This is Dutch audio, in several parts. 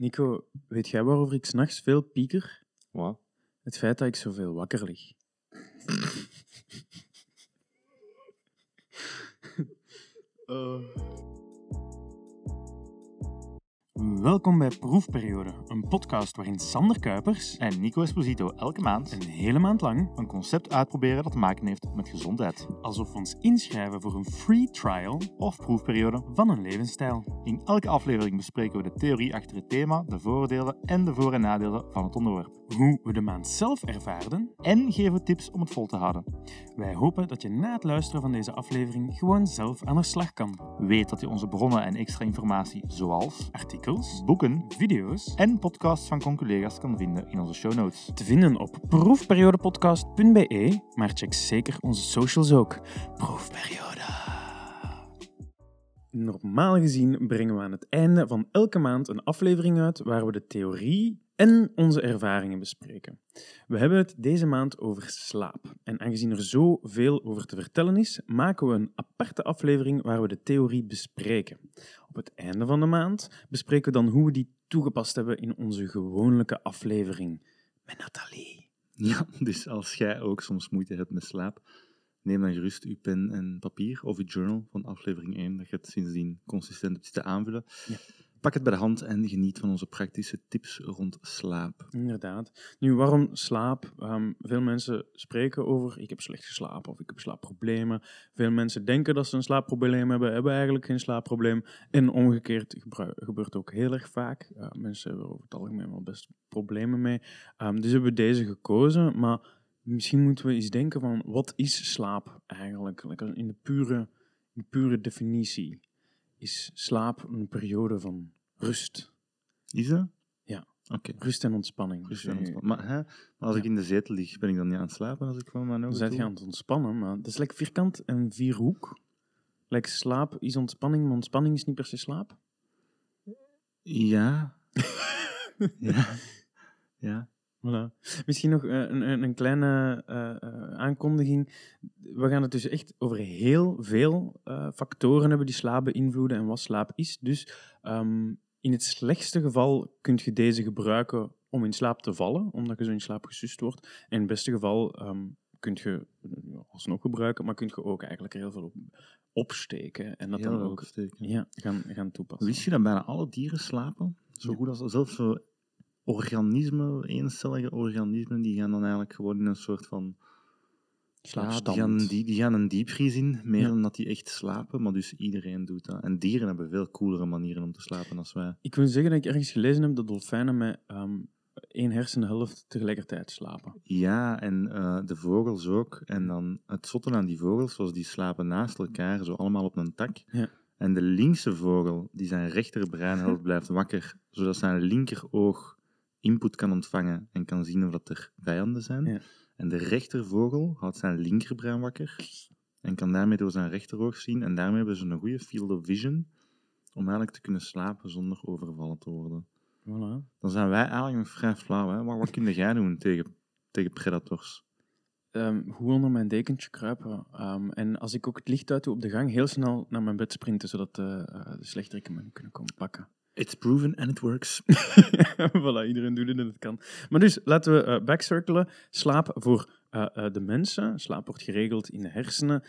Nico, weet jij waarover ik 's nachts veel pieker? Wat? Het feit dat ik zoveel wakker lig. Welkom bij Proefperiode, een podcast waarin Sander Kuipers En Nico Esposito elke maand een hele maand lang, een concept uitproberen dat te maken heeft met gezondheid. alsof we ons inschrijven voor een free trial Of proefperiode. van een levensstijl. In elke aflevering bespreken we de theorie achter het thema, de voordelen en de voor- en nadelen van het onderwerp. Hoe we de maand zelf ervaarden. En geven we tips om het vol te houden. Wij hopen dat je na het luisteren van deze aflevering gewoon zelf aan de slag kan. Weet dat je onze bronnen en extra informatie zoals Artikels, boeken video's, en podcasts van conculega's kan vinden in onze show notes. te vinden op proefperiodepodcast.be, maar check zeker onze socials ook. Proefperiode. Normaal gezien brengen we aan het einde van elke maand een aflevering uit waar we de theorie en onze ervaringen bespreken. We hebben het deze maand over slaap. En aangezien er zoveel over te vertellen is, maken we een aparte aflevering waar we de theorie bespreken. Op het einde van de maand bespreken we dan hoe we die toegepast hebben in onze gewone aflevering met Nathalie. Ja, dus als jij ook soms moeite hebt met slaap, neem dan gerust uw pen en papier of uw journal van aflevering 1, dat je het sindsdien consistent hebt zitten aanvullen. Ja. Pak het bij de hand en geniet van onze praktische tips rond slaap. Inderdaad. Nu, waarom slaap? Veel mensen spreken over ik heb slecht geslapen of ik heb slaapproblemen. Veel mensen denken dat ze een slaapprobleem hebben eigenlijk geen slaapprobleem. En omgekeerd gebeurt ook heel erg vaak. Mensen hebben er over het algemeen wel best problemen mee. Dus hebben we deze gekozen, maar misschien moeten we eens denken van wat is slaap eigenlijk? Like in de pure definitie. Is slaap een periode van rust? Is dat? Ja. Oké. Rust en ontspanning. Rust Dus, en ontspannen. Maar als ik in de zetel lig, ben ik dan niet aan het slapen als ik van mijn dan ogen zijn toe? je aan het ontspannen, maar het is lekker vierkant en vierhoek. Like slaap is ontspanning, maar ontspanning is niet per se slaap. Ja. Ja. Ja. Voilà. Misschien nog een kleine aankondiging. We gaan het dus echt over heel veel factoren hebben die slaap beïnvloeden en wat slaap is. Dus in het slechtste geval kun je deze gebruiken om in slaap te vallen, omdat je zo in slaap gesust wordt. En in het beste geval kun je alsnog gebruiken, maar kun je ook eigenlijk er heel veel op opsteken. En dat Heel dan veel ook opsteken. gaan toepassen. Wist je dat bijna alle dieren slapen? Zo Ja. goed als zelfs zo organismen, eencellige organismen, die gaan dan eigenlijk gewoon in een soort van... Slaapstand. Die gaan een diepvries in, meer Ja. dan dat die echt slapen, maar dus iedereen doet dat. En dieren hebben veel coolere manieren om te slapen dan wij. Ik wil zeggen dat ik ergens gelezen heb dat dolfijnen met één hersenhelft tegelijkertijd slapen. Ja, en de vogels ook. En dan het zotte aan die vogels, zoals die slapen naast elkaar, zo allemaal op een tak. Ja. En de linkse vogel, die zijn rechterbreinhelft blijft wakker, zodat zijn linkeroog input kan ontvangen en kan zien of dat er vijanden zijn. Ja. En de rechtervogel houdt zijn linkerbrein wakker en kan daarmee door zijn rechteroog zien. En daarmee hebben ze een goede field of vision om eigenlijk te kunnen slapen zonder overvallen te worden. Voilà. Dan zijn wij eigenlijk nog vrij flauw. Hè? Wat kun jij doen tegen predators? Goed onder mijn dekentje kruipen. En als ik ook het licht uit doe op de gang, heel snel naar mijn bed sprinten, zodat de slechteriken me niet kunnen komen pakken. It's proven and it works. Voilà, iedereen doet het en het kan. Maar dus, laten we backcirkelen. Slaap voor de mensen. Slaap wordt geregeld in de hersenen.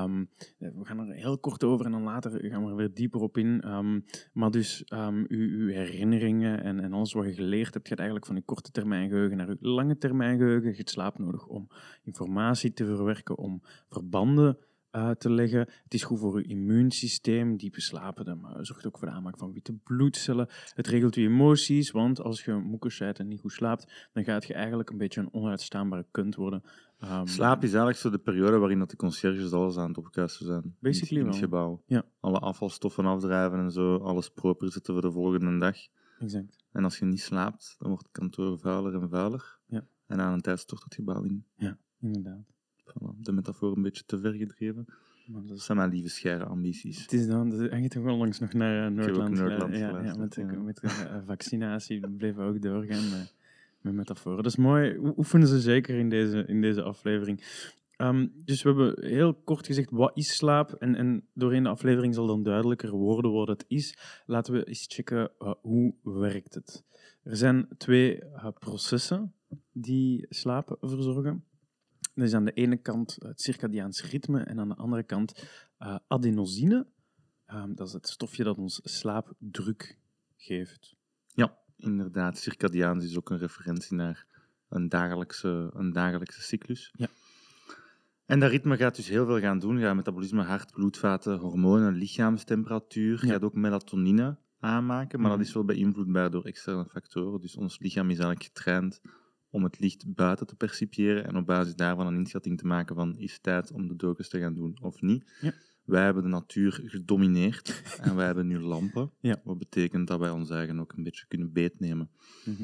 We gaan er heel kort over en dan later gaan we er weer dieper op in. Maar dus, uw herinneringen en alles wat je geleerd hebt, gaat eigenlijk van je korte termijn geheugen naar je lange termijn geheugen. Je hebt slaap nodig om informatie te verwerken, om verbanden te leggen. Het is goed voor je immuunsysteem. Diepe slapen zorgt ook voor de aanmaak van witte bloedcellen. Het regelt je emoties, want als je moekers bent en niet goed slaapt, dan gaat je eigenlijk een beetje een onuitstaanbare kunt worden. Slaap is eigenlijk zo de periode waarin dat de conciërges alles aan het opkuisen zijn. Basically in het wel. gebouw. Ja. Alle afvalstoffen afdrijven en zo, alles proper zetten voor de volgende dag. Exact. En als je niet slaapt, dan wordt het kantoor vuiler en vuiler. Ja. En aan een tijd stort het gebouw in. Inderdaad. Voilà, de metafoor een beetje te ver gedreven. Maar dat Dat zijn mijn lieve schare ambities. Het is dan, dat hangt toch wel langs nog naar heb ook Noordland. Noordland Ja, geluisterd, ja. met vaccinatie bleven we ook doorgaan met metaforen. Dat is mooi. Oefenen ze zeker in deze aflevering. Dus we hebben heel kort gezegd, wat is slaap? En doorheen de aflevering zal dan duidelijker worden wat het is. Laten we eens checken, hoe werkt het? Er zijn 2 processen die slaap verzorgen. Dat is aan de ene kant het circadiaans ritme en aan de andere kant adenosine. Dat is het stofje dat ons slaapdruk geeft. Ja, inderdaad. Circadiaans is ook een referentie naar een dagelijkse cyclus. Ja. En dat ritme gaat dus heel veel gaan doen. Gaat metabolisme, hart, bloedvaten, hormonen, lichaamstemperatuur. Ja. Gaat ook melatonine aanmaken, maar Mhm. dat is wel beïnvloedbaar door externe factoren. Dus ons lichaam is eigenlijk getraind om het licht buiten te percipiëren en op basis daarvan een inschatting te maken van is het tijd om de dokers te gaan doen of niet. Ja. Wij hebben de natuur gedomineerd en wij hebben nu lampen. Ja. Wat betekent dat wij ons eigen ook een beetje kunnen beetnemen. Mhm.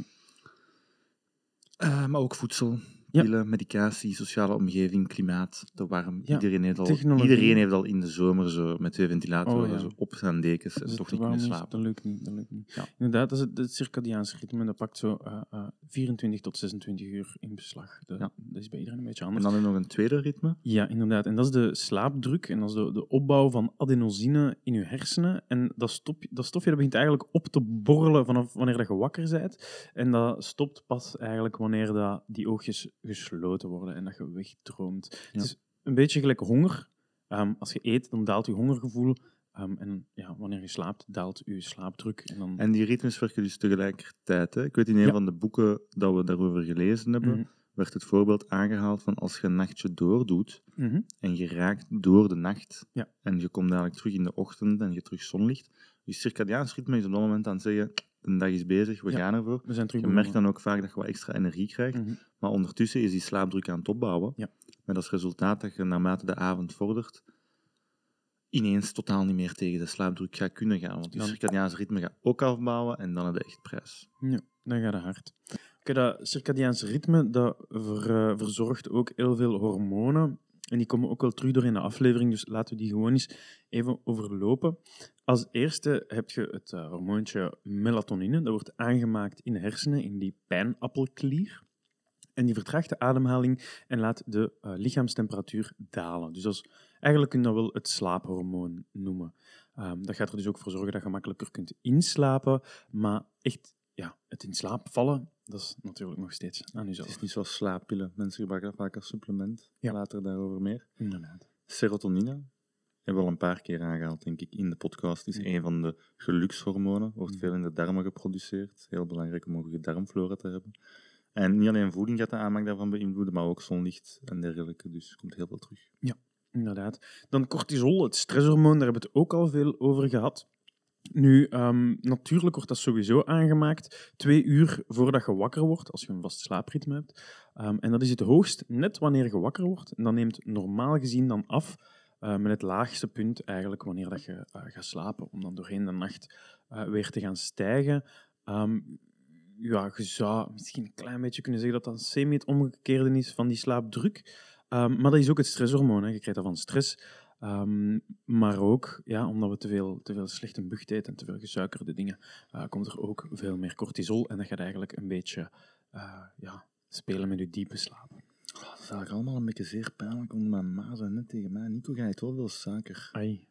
Maar ook voedsel, Ja. pillen, medicatie, sociale omgeving, klimaat, te warm. Ja, Iedereen heeft al in de zomer zo met 2 ventilatoren zo op zijn dekens en Als het toch te niet warm kunnen is, slapen. dat lukt niet. Ja. Inderdaad, dat is het circadiaanse ritme. Dat pakt zo 24 tot 26 uur in beslag. Dat is bij iedereen een beetje En anders. dan heb je nog een tweede ritme. Ja, inderdaad. En dat is de slaapdruk en dat is de opbouw van adenosine in je hersenen. En dat stofje dat begint eigenlijk op te borrelen vanaf wanneer dat je wakker bent. En dat stopt pas eigenlijk wanneer dat die oogjes gesloten worden en dat je wegdroomt. Ja. Het is een beetje gelijk honger. Als je eet, dan daalt je hongergevoel. En ja, wanneer je slaapt, daalt je slaapdruk. En die ritmes werken dus tegelijkertijd. Hè? Ik weet in een van de boeken dat we daarover gelezen hebben, werd het voorbeeld aangehaald van als je een nachtje doordoet en je raakt door de nacht en je komt dadelijk terug in de ochtend en je terug zonlicht. Je circadiaans ritme is op dat moment aan het zeggen, de dag is bezig, we gaan ervoor. We zijn terug Je merkt dan ook vaak dat je wat extra energie krijgt, maar ondertussen is die slaapdruk aan het opbouwen. Ja. Met als resultaat dat je naarmate de avond vordert, ineens totaal niet meer tegen de slaapdruk gaat kunnen gaan. Want je circadiaans ritme gaat ook afbouwen en dan heb je echt prijs. Ja, dan gaat het hard. Oké, dat circadiaanse ritme dat verzorgt ook heel veel hormonen. En die komen ook wel terug door in de aflevering, dus laten we die gewoon eens even overlopen. Als eerste heb je het hormoontje melatonine. Dat wordt aangemaakt in de hersenen, in die pijnappelklier. En die vertraagt de ademhaling en laat de lichaamstemperatuur dalen. Dus dat is, eigenlijk kun je dat wel het slaaphormoon noemen. Dat gaat er dus ook voor zorgen dat je makkelijker kunt inslapen. Maar echt, het in slaap vallen, dat is natuurlijk nog steeds aan jezelf. Het is niet zoals slaappillen. Mensen gebruiken dat vaak als supplement. Ja. Later daarover meer. Inderdaad. Serotonine hebben we al een paar keer aangehaald, denk ik, in de podcast. Het is een van de gelukshormonen. Wordt veel in de darmen geproduceerd. Heel belangrijk om een goede darmflora te hebben. En niet alleen voeding gaat de aanmaak daarvan beïnvloeden, maar ook zonlicht en dergelijke. Dus er komt heel veel terug. Ja, inderdaad. Dan cortisol, het stresshormoon, daar hebben we het ook al veel over gehad. Nu, natuurlijk wordt dat sowieso aangemaakt 2 uur voordat je wakker wordt, als je een vast slaapritme hebt. En dat is het hoogst net wanneer je wakker wordt. En dat neemt normaal gezien dan af met het laagste punt eigenlijk wanneer dat je gaat slapen, om dan doorheen de nacht weer te gaan stijgen. Ja, je zou misschien een klein beetje kunnen zeggen dat dat semi het omgekeerde is van die slaapdruk. Maar dat is ook het stresshormoon. Hè. Je krijgt dat van stress. Maar ook, omdat we te veel slechte bucht eten en te veel gesuikerde dingen, komt er ook veel meer cortisol. En dat gaat eigenlijk een beetje spelen met je diepe slaap. Oh, dat is eigenlijk allemaal een beetje zeer pijnlijk onder mijn ma zei net tegen mij. Nico, ga je wel veel suiker? Ai.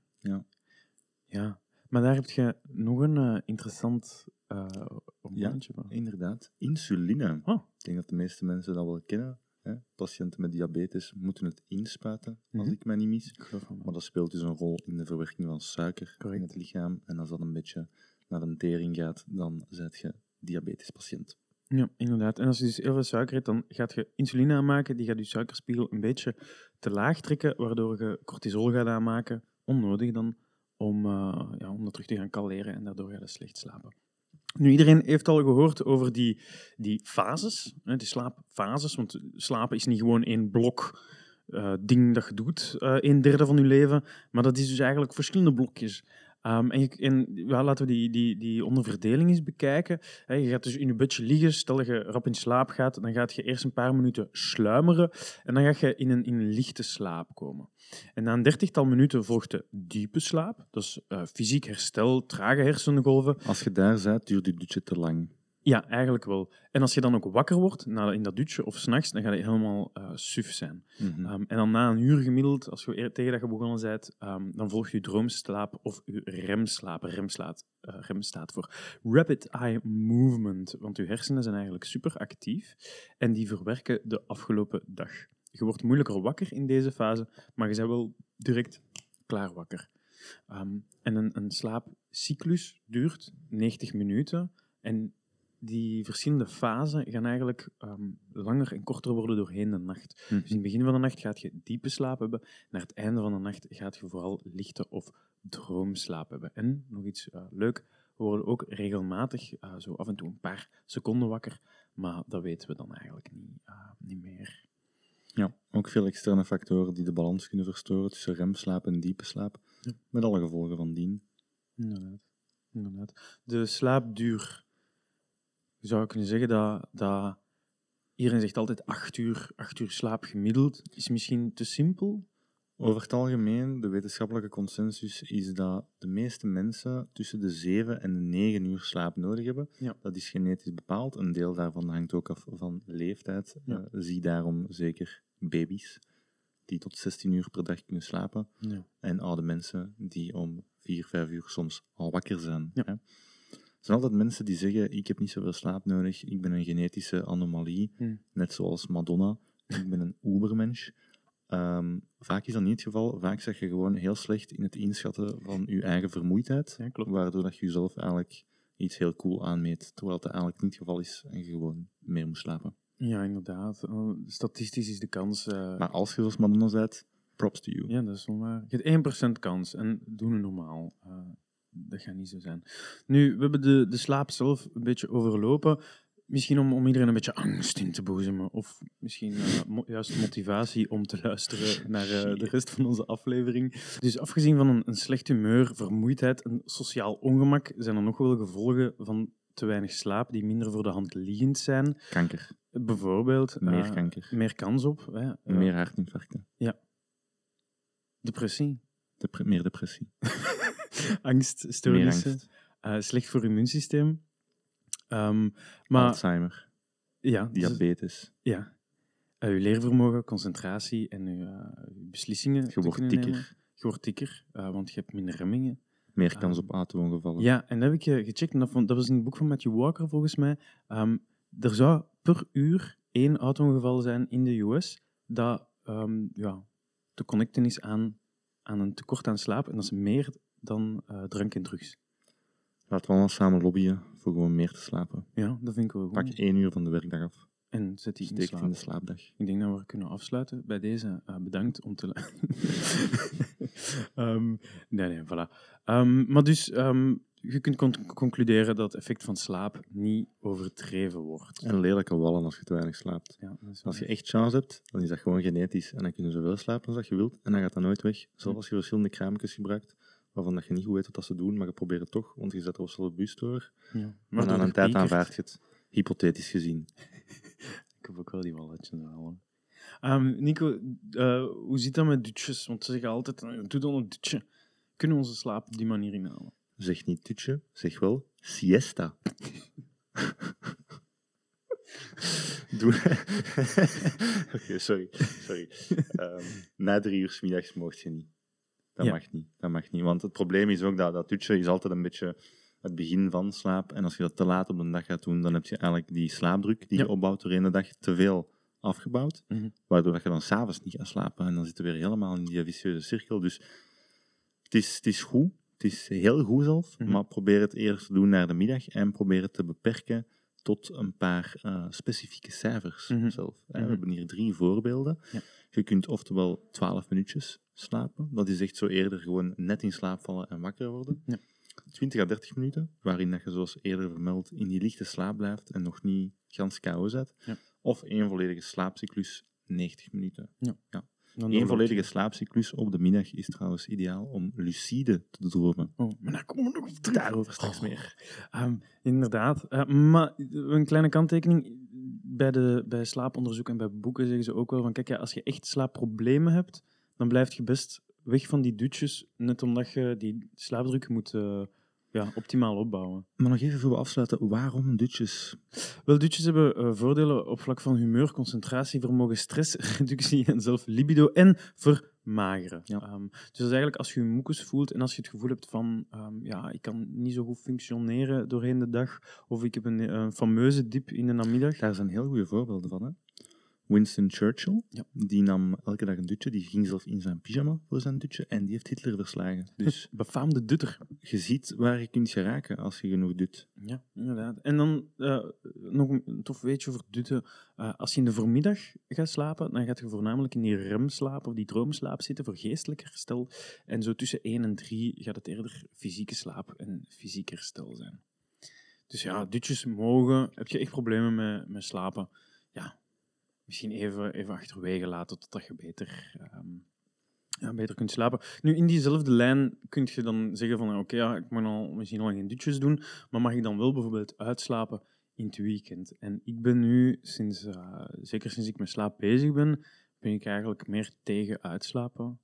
Ja. Maar daar heb je nog een interessant hormoontje van. Inderdaad. Insuline. Oh. Ik denk dat de meeste mensen dat wel kennen. Hè? Patiënten met diabetes moeten het inspuiten, als ik mij niet mis. Ik geloof van wel. Maar dat speelt dus een rol in de verwerking van suiker in het lichaam. En als dat een beetje naar een tering gaat, dan ben je diabetespatiënt. Ja, inderdaad. En als je dus heel veel suiker eet, dan gaat je insuline aanmaken. Die gaat je suikerspiegel een beetje te laag trekken, waardoor je cortisol gaat aanmaken. Onnodig dan, om dat terug te gaan kaleren. En daardoor ga je slecht slapen. Nu, iedereen heeft al gehoord over die fases, die slaapfases. Want slapen is niet gewoon één blok ding dat je doet, 1/3 van je leven. Maar dat is dus eigenlijk verschillende blokjes. Laten we die onderverdeling eens bekijken. Je gaat dus in je bedje liggen, stel dat je rap in slaap gaat, dan gaat je eerst een paar minuten sluimeren en dan ga je in een lichte slaap komen. En na een 30-tal minuten volgt de diepe slaap. Dat is fysiek herstel, trage hersengolven. Als je daar bent, duurt die budget te lang. Ja, eigenlijk wel. En als je dan ook wakker wordt in dat dutje of 's nachts, dan ga je helemaal suf zijn. En dan na een uur gemiddeld, als je tegen dat je begonnen bent, dan volgt je droomslaap of je remslaap. Rem staat voor Rapid Eye Movement, want je hersenen zijn eigenlijk super actief en die verwerken de afgelopen dag. Je wordt moeilijker wakker in deze fase, maar je bent wel direct klaar wakker. En een slaapcyclus duurt 90 minuten en die verschillende fasen gaan eigenlijk langer en korter worden doorheen de nacht. Dus in het begin van de nacht gaat je diepe slaap hebben. Naar het einde van de nacht gaat je vooral lichte of droomslaap hebben. En, nog iets leuk, we worden ook regelmatig zo af en toe een paar seconden wakker. Maar dat weten we dan eigenlijk niet meer. Ja, ook veel externe factoren die de balans kunnen verstoren tussen remslaap en diepe slaap. Ja. Met alle gevolgen van dien. Inderdaad. De slaapduur. Je zou kunnen zeggen dat iedereen zegt altijd 8 uur slaap gemiddeld. Is misschien te simpel? Over het algemeen, de wetenschappelijke consensus is dat de meeste mensen tussen de 7 en de 9 uur slaap nodig hebben. Ja. Dat is genetisch bepaald. Een deel daarvan hangt ook af van leeftijd. Ja. Zie daarom zeker baby's die tot 16 uur per dag kunnen slapen. Ja. En oude mensen die om 4, 5 uur soms al wakker zijn. Ja. Hè? Er zijn altijd mensen die zeggen, ik heb niet zoveel slaap nodig, ik ben een genetische anomalie, net zoals Madonna, ik ben een ubermensch. Vaak is dat niet het geval. Vaak zeg je gewoon heel slecht in het inschatten van je eigen vermoeidheid, waardoor dat je jezelf eigenlijk iets heel cool aanmeet, terwijl het eigenlijk niet het geval is en je gewoon meer moet slapen. Ja, inderdaad. Statistisch is de kans... Maar als je zoals Madonna bent, props to you. Ja, dat is wel waar. Je hebt 1% kans en doe het normaal. Dat gaat niet zo zijn. Nu, we hebben de slaap zelf een beetje overlopen. Misschien om iedereen een beetje angst in te boezemen. Of misschien juist motivatie om te luisteren naar de rest van onze aflevering. Dus afgezien van een slecht humeur, vermoeidheid en sociaal ongemak, zijn er nog wel gevolgen van te weinig slaap die minder voor de hand liggend zijn. Kanker. Bijvoorbeeld. Meer kanker. Meer kans op. Meer hartinfarcten. Ja. Depressie. Meer depressie. Angststoornissen. Slecht voor immuunsysteem. Maar, Alzheimer. Ja. Diabetes. Ja. Je leervermogen, concentratie en je beslissingen. Je wordt dikker. Je wordt dikker, want je hebt minder remmingen. Meer kans op auto-ongevallen. Ja, en dat heb ik gecheckt. En dat was in het boek van Matthew Walker, volgens mij. Er zou per uur 1 auto-ongeval zijn in de US dat te connecten is aan een tekort aan slaap. En dat is meer dan drank en drugs. Laten we allemaal samen lobbyen voor gewoon meer te slapen. Ja, dat vind ik wel goed. Pak 1 uur van de werkdag af. En zet die Steek het in de slaapdag. Ik denk dat we kunnen afsluiten bij deze. Bedankt om te nee, voilà. Maar dus, je kunt concluderen dat het effect van slaap niet overdreven wordt. En lelijke wallen als je te weinig slaapt. Ja, als je echt chance hebt, dan is dat gewoon genetisch. En dan kun je zoveel slapen als je wilt. En dan gaat dat nooit weg. Zelfs als je verschillende crèmetjes gebruikt, waarvan dat je niet goed weet wat ze doen, maar je probeert het toch, want je zet er wel zo bewust door. Ja. Maar na een tijd aanvaard je het, hypothetisch gezien. Ik heb ook wel die walletjes halen. Nico, hoe zit dat met dutjes? Want ze zeggen altijd, doe dan een dutje. Kunnen we onze slaap op die manier inhalen? Zeg niet dutje, zeg wel siesta. Oké, sorry. Na 3 uur 's middags mocht je niet. Dat mag niet. Want het probleem is ook dat dutje is altijd een beetje het begin van slaap. En als je dat te laat op de dag gaat doen, dan heb je eigenlijk die slaapdruk die je opbouwt doorheen de dag te veel afgebouwd. Waardoor dat je dan 's avonds niet gaat slapen. En dan zitten we weer helemaal in die vicieuze cirkel. Dus het is goed. Het is heel goed zelf. Maar probeer het eerst te doen naar de middag. En probeer het te beperken tot een paar specifieke cijfers zelf. We hebben hier 3 voorbeelden. Ja. Je kunt oftewel 12 minuutjes slapen. Dat is echt zo eerder gewoon net in slaap vallen en wakker worden. Ja. 20 à 30 minuten, waarin dat je zoals eerder vermeld in die lichte slaap blijft en nog niet gans kou zet. Ja. Of 1 volledige slaapcyclus, 90 minuten. Ja. 1 volledige slaapcyclus op de middag is trouwens ideaal om lucide te dromen. Oh, maar daar komen we nog op terug. Daarover straks meer. Inderdaad. Maar een kleine kanttekening. Bij slaaponderzoek en bij boeken zeggen ze ook wel van, kijk, als je echt slaapproblemen hebt, dan blijf je best weg van die dutjes, net omdat je die slaapdruk moet optimaal opbouwen. Maar nog even voor we afsluiten, waarom dutjes? Wel, dutjes hebben voordelen op vlak van humeur, concentratievermogen, stressreductie en zelf libido en vermageren. Ja. Dus dat is eigenlijk als je je moekes voelt en als je het gevoel hebt van ik kan niet zo goed functioneren doorheen de dag of ik heb een fameuze dip in de namiddag. Daar zijn heel goede voorbeelden van, hè? Winston Churchill, die nam elke dag een dutje, die ging zelf in zijn pyjama voor zijn dutje en die heeft Hitler verslagen. Dus befaamde dutter. Je ziet waar je kunt geraken als je genoeg dut. Ja, inderdaad. En dan nog een tof weetje over dutten. Als je in de voormiddag gaat slapen, dan gaat je voornamelijk in die remslaap of die droomslaap zitten voor geestelijk herstel. En zo tussen 1 en 3 gaat het eerder fysieke slaap en fysiek herstel zijn. Dus ja, dutjes mogen. Heb je echt problemen met slapen? Ja, misschien even achterwege laten totdat je beter kunt slapen. Nu, in diezelfde lijn kun je dan zeggen van ik mag misschien al geen dutjes doen, maar mag ik dan wel bijvoorbeeld uitslapen in het weekend? En ik ben nu, zeker sinds ik met slaap bezig ben ik eigenlijk meer tegen uitslapen.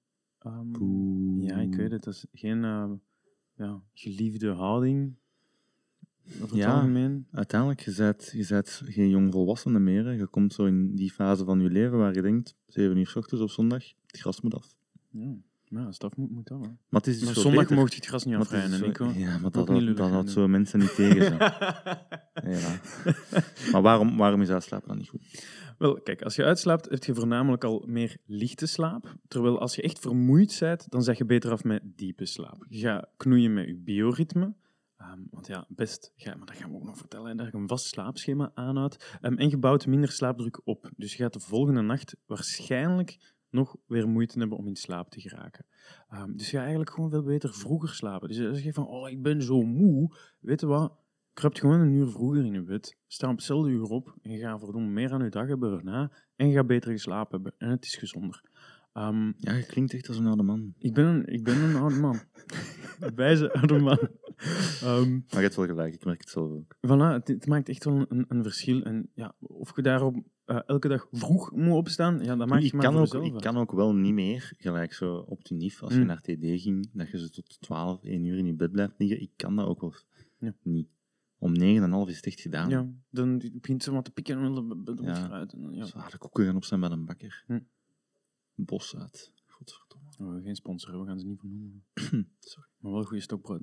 Ja, ik weet het. Dat is geen geliefde houding. Uiteindelijk, je bent geen jong volwassene meer. Hè. Je komt zo in die fase van je leven waar je denkt, 7 uur 's ochtends op zondag, het gras moet af. Ja, als het af moet dat wel. Maar het is dus zondag mocht je het gras niet afrijden, Nico. Ja, maar dat had zo mensen niet tegen zijn. Ja. Maar waarom is uitslapen dan niet goed? Wel, kijk, als je uitslaapt, heb je voornamelijk al meer lichte slaap. Terwijl als je echt vermoeid bent, dan zeg je beter af met diepe slaap. Je gaat knoeien met je bioritme. Want ja, maar dat gaan we ook nog vertellen, dat je een vast slaapschema aanhoudt. En je bouwt minder slaapdruk op. Dus je gaat de volgende nacht waarschijnlijk nog weer moeite hebben om in slaap te geraken. Dus je gaat eigenlijk gewoon veel beter vroeger slapen. Dus als je van, ik ben zo moe, weet je wat? Kruipt gewoon 1 uur vroeger in je bed, sta op hetzelfde uur op en je gaat verdomme meer aan je dag hebben erna en je gaat beter geslapen hebben. En het is gezonder. Ja, je klinkt echt als een oude man. Ik ben een oude man. Een wijze oude man. Maar je hebt wel gelijk, ik merk het zelf ook. Voilà, het maakt echt wel een verschil. En ja, of je daarop elke dag vroeg moet opstaan, ja, dat maak je maar voor jezelf. Ik kan ook wel niet meer, gelijk zo op de NIF, als je naar TD ging, dat je zo tot 12, 1 uur in je bed blijft liggen. Ik kan dat ook wel niet. Om 9,5 is het echt gedaan. Ja, dan begint ze wat te pikken en wil de uit. Zware koeken gaan opstaan bij een bakker. Bos uit. Godverdomme. Geen sponsor, we gaan ze niet vernoemen. Sorry. Maar wel goede stokbrood.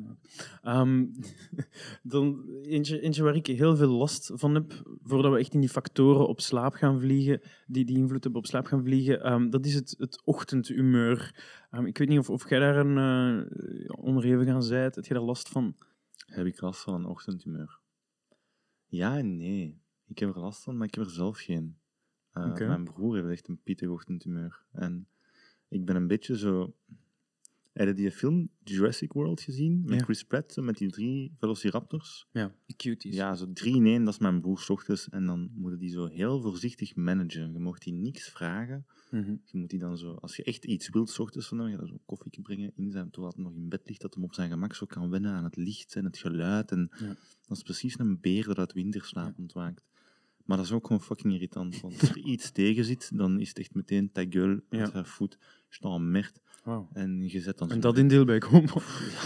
Dan eentje waar ik heel veel last van heb, voordat we echt in die factoren op slaap gaan vliegen, die invloed hebben op slaap gaan vliegen, dat is het ochtendhumeur. Ik weet niet of jij daar onderhevig aan bent. Heb je daar last van? Heb ik last van een ochtendhumeur? Ja en nee. Ik heb er last van, maar ik heb er zelf geen. Mijn broer heeft echt een pittig ochtendhumeur. En ik ben een beetje zo... Heb je die film Jurassic World gezien? Met Chris Pratt, met die 3 velociraptors? Ja, die cuties. Ja, zo 3 in 1, dat is mijn broer 's ochtends. En dan moeten die zo heel voorzichtig managen. Je mag die niks vragen. Je moet die dan zo... Als je echt iets wilt 's ochtends van hem, ga je zo koffie brengen in zijn... Terwijl hij nog in bed ligt, dat hij op zijn gemak zo kan wennen aan het licht en het geluid. En dat is precies een beer dat uit winterslaap ontwaakt. Maar dat is ook gewoon fucking irritant. Want als er iets tegen zit, dan is het echt meteen ta gueule, met haar voet, sta een merd. Wow. En je zet dan... En dat in Deelbeek, kom op.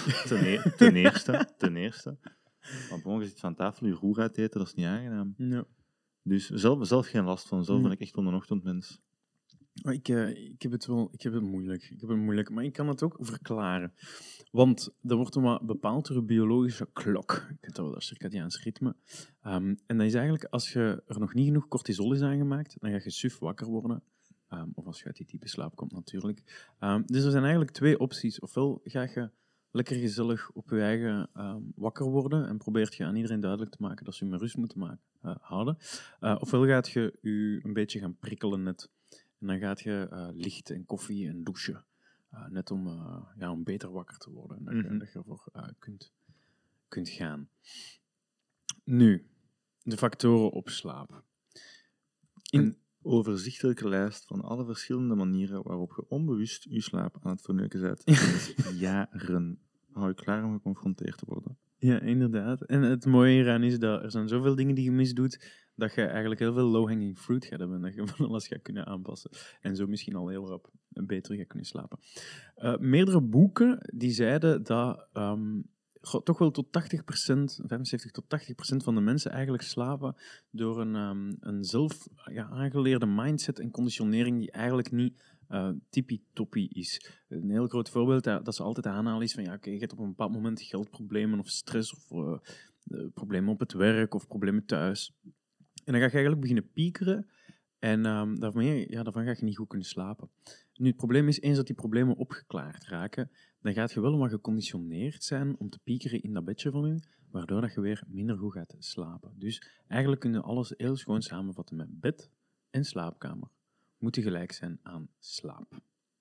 Ten eerste. Maar bon, je zit van tafel, je roer uit eten, dat is niet aangenaam. Ja. Dus zelf geen last van. Zelf ben ik echt wel een ochtendmens. Ik heb het moeilijk. Maar ik kan het ook verklaren. Want er wordt dan bepaald door een biologische klok. Ik weet dat wel, dat circadiaans ritme. En dat is eigenlijk, als je er nog niet genoeg cortisol is aangemaakt, dan ga je suf wakker worden. Of als je uit die type slaap komt, natuurlijk. Dus er zijn eigenlijk 2 opties. Ofwel ga je lekker gezellig op je eigen wakker worden en probeert je aan iedereen duidelijk te maken dat ze je met rust moeten houden. Ofwel gaat je een beetje gaan prikkelen net. En dan gaat je licht en koffie en douchen. Net om beter wakker te worden. En dat je ervoor kunt gaan. Nu, de factoren op slaap. Een overzichtelijke lijst van alle verschillende manieren waarop je onbewust je slaap aan het verneuken bent. Jaren. Hou je klaar om geconfronteerd te worden. Ja, inderdaad. En het mooie hieraan is dat er zijn zoveel dingen die je misdoet, dat je eigenlijk heel veel low-hanging fruit gaat hebben. Dat je van alles gaat kunnen aanpassen. En zo misschien al heel rap beter gaat kunnen slapen. Meerdere boeken die zeiden dat toch wel tot 80%, 75 tot 80% van de mensen eigenlijk slapen door een zelf aangeleerde mindset en conditionering die eigenlijk niet tippie-toppie is. Een heel groot voorbeeld dat ze altijd aanhalen is van je hebt op een bepaald moment geldproblemen of stress of problemen op het werk of problemen thuis. En dan ga je eigenlijk beginnen piekeren en daarvan ga je niet goed kunnen slapen. Nu, het probleem is, eens dat die problemen opgeklaard raken, dan gaat je wel maar geconditioneerd zijn om te piekeren in dat bedje van je, waardoor dat je weer minder goed gaat slapen. Dus eigenlijk kunnen we alles heel schoon samenvatten met bed en slaapkamer moeten gelijk zijn aan slaap.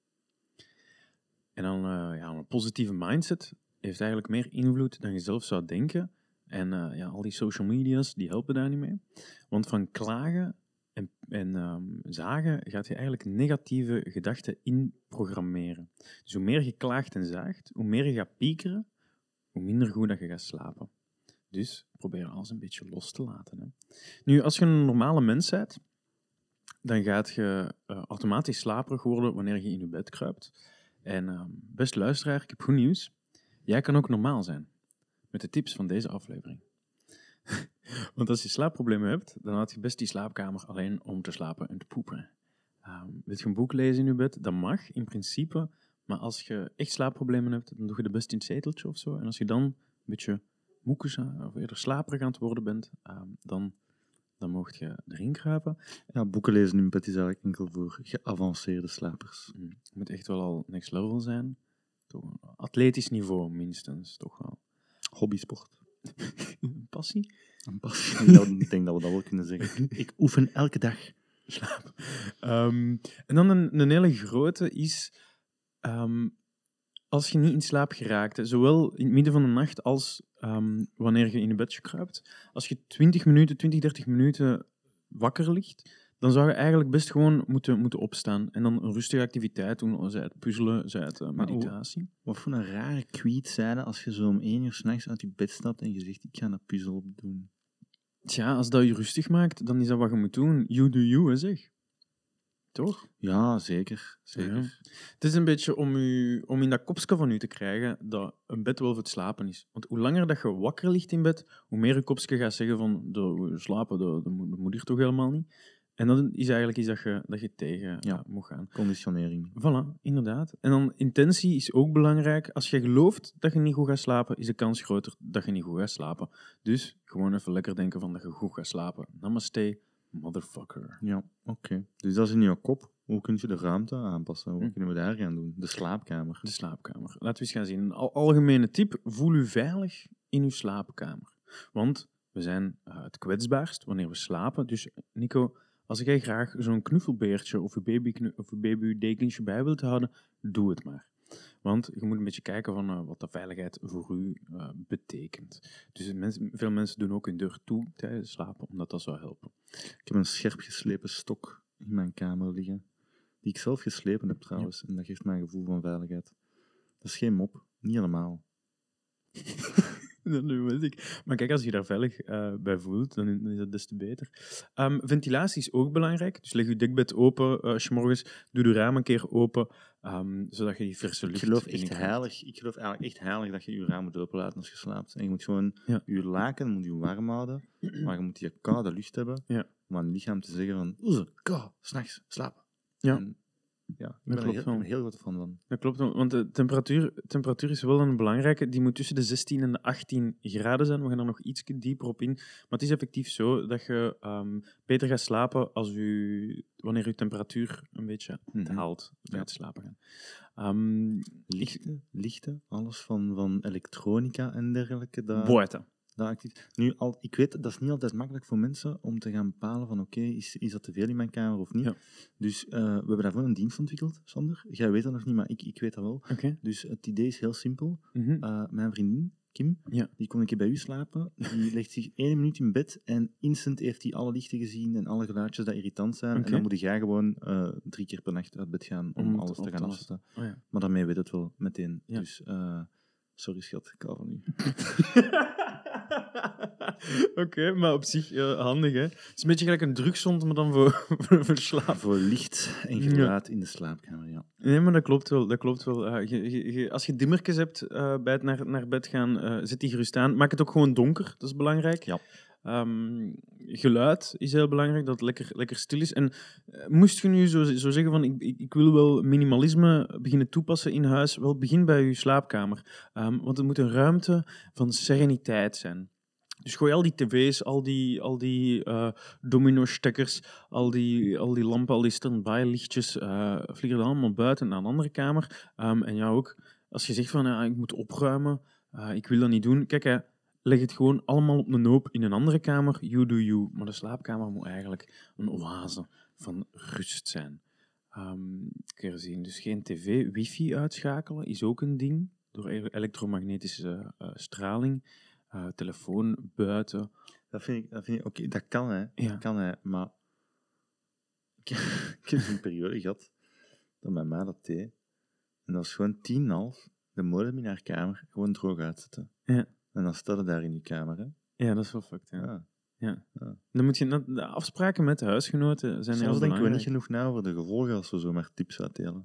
En dan een positieve mindset heeft eigenlijk meer invloed dan je zelf zou denken. En al die social media's, die helpen daar niet mee. Want van klagen en zagen gaat je eigenlijk negatieve gedachten inprogrammeren. Dus hoe meer je klaagt en zaagt, hoe meer je gaat piekeren, hoe minder goed dat je gaat slapen. Dus probeer alles een beetje los te laten. Hè. Nu, als je een normale mens bent, dan gaat je automatisch slaperig worden wanneer je in je bed kruipt. En beste luisteraar, ik heb goed nieuws. Jij kan ook normaal zijn. Met de tips van deze aflevering. Want als je slaapproblemen hebt, dan had je best die slaapkamer alleen om te slapen en te poepen. Wil je een boek lezen in je bed? Dat mag, in principe. Maar als je echt slaapproblemen hebt, dan doe je de best in het zeteltje of zo. En als je dan een beetje moekes of eerder slaperig aan het worden bent, dan mocht je erin kruipen. Ja, boeken lezen in bed is eigenlijk enkel voor geavanceerde slapers. Het moet echt wel al next level zijn. Toch een atletisch niveau, minstens, toch wel. Hobbysport. Een passie? Een passie. Ik denk dat we dat wel kunnen zeggen. Ik oefen elke dag. Slaap. En dan een hele grote is... als je niet in slaap geraakt, zowel in het midden van de nacht als wanneer je in je bedje kruipt, als je 20, 30 minuten wakker ligt, dan zou je eigenlijk best gewoon moeten opstaan en dan een rustige activiteit doen, zij het puzzelen, zij het meditatie. Wat voor een rare tweet zei dat als je zo om 1 uur 's nachts uit je bed stapt en je zegt, ik ga een puzzel doen. Tja, als dat je rustig maakt, dan is dat wat je moet doen. You do you, hè, zeg. Toch? Ja, zeker. Ja. Het is een beetje om in dat kopje van u te krijgen dat een bed wel voor het slapen is. Want hoe langer dat je wakker ligt in bed, hoe meer je kopje gaat zeggen van slapen, dat moet hier toch helemaal niet. En dat is eigenlijk iets dat je tegen moet gaan. Conditionering. Voilà, inderdaad. En dan intentie is ook belangrijk. Als je gelooft dat je niet goed gaat slapen, is de kans groter dat je niet goed gaat slapen. Dus gewoon even lekker denken van dat je goed gaat slapen. Namaste, motherfucker. Ja, oké. Dus dat is in jouw kop. Hoe kun je de ruimte aanpassen? Wat kunnen we daar gaan doen? De slaapkamer. De slaapkamer. Laten we eens gaan zien. Een algemene tip. Voel u veilig in uw slaapkamer. Want we zijn het kwetsbaarst wanneer we slapen. Dus Nico, als jij graag zo'n knuffelbeertje of je babydekentje bij wilt houden, doe het maar. Want je moet een beetje kijken van wat de veiligheid voor u betekent. Dus veel mensen doen ook hun deur toe tijdens slapen, omdat dat zou helpen. Ik heb een scherp geslepen stok in mijn kamer liggen. Die ik zelf geslepen heb trouwens. Ja. En dat geeft mij een gevoel van veiligheid. Dat is geen mop. Niet helemaal. Dat weet ik. Maar kijk, als je daar veilig bij voelt, dan is dat des te beter. Ventilatie is ook belangrijk. Dus leg je dekbed open 's morgens. Doe de raam een keer open, zodat je die verse lucht... Ik geloof eigenlijk echt heilig dat je je raam moet openlaten als je slaapt. En je moet gewoon je laken moet je warm houden, maar je moet die koude lucht hebben om aan je lichaam te zeggen van kou, 's nachts slapen. Ja. En, ja, ik ben er een heel grote fan van. Dat klopt, want de temperatuur is wel een belangrijke. Die moet tussen de 16 en de 18 graden zijn. We gaan er nog iets dieper op in. Maar het is effectief zo dat je beter gaat slapen wanneer je temperatuur een beetje daalt bij het slapen gaan. Lichten, alles van elektronica en dergelijke. Boete. Nu, ik weet, dat is niet altijd makkelijk voor mensen om te gaan bepalen van oké, is dat te veel in mijn kamer of niet. Ja. Dus we hebben daarvoor een dienst ontwikkeld, Sander. Jij weet dat nog niet, maar ik weet dat wel. Okay. Dus het idee is heel simpel. Mijn vriendin, Kim, die kon een keer bij u slapen. Die legt zich 1 minuut in bed en instant heeft hij alle lichten gezien en alle geluidjes die irritant zijn. Okay. En dan moet jij gewoon 3 keer per nacht uit bed gaan om alles te gaan afzetten. Oh, ja. Maar daarmee weet het wel meteen. Ja. Dus... Sorry, schat, ik hou van u. Oké, maar op zich handig, hè? Het is een beetje gelijk een drugshond, maar dan voor slaap. Voor licht en geluid in de slaapkamer, ja. Nee, maar dat klopt wel. Dat klopt wel. Als je dimmertjes hebt bij het naar bed gaan, zet die gerust aan. Maak het ook gewoon donker, dat is belangrijk. Ja. Geluid is heel belangrijk, dat het lekker stil is. En moest je nu zo zeggen van ik wil wel minimalisme beginnen toepassen in huis, wel begin bij je slaapkamer. Want het moet een ruimte van sereniteit zijn. Dus gooi al die tv's, al die domino-stekkers, al die lampen, al die stand-by lichtjes, vliegen er allemaal buiten naar een andere kamer. En ja, ook als je zegt van ik moet opruimen, ik wil dat niet doen. Kijk, leg het gewoon allemaal op een hoop in een andere kamer. You do you. Maar de slaapkamer moet eigenlijk een oase van rust zijn. Kun je zien. Dus geen tv. Wifi uitschakelen is ook een ding. Door elektromagnetische straling. Telefoon buiten. Dat vind ik oké, dat kan, hè. Ja. Dat kan, hè. Maar ik heb een periode gehad dat mijn ma dat deed. En dat was gewoon 10,5 de modem in haar kamer gewoon droog uitzetten. Ja. En dan staat het daar in je kamer, hè. Ja, dat is wel fucked, ja. Ja. Ja. Ja. Dan moet je, de afspraken met de huisgenoten zijn heel Soms denken we belangrijk. niet genoeg na over de gevolgen als we zomaar tips uitdelen.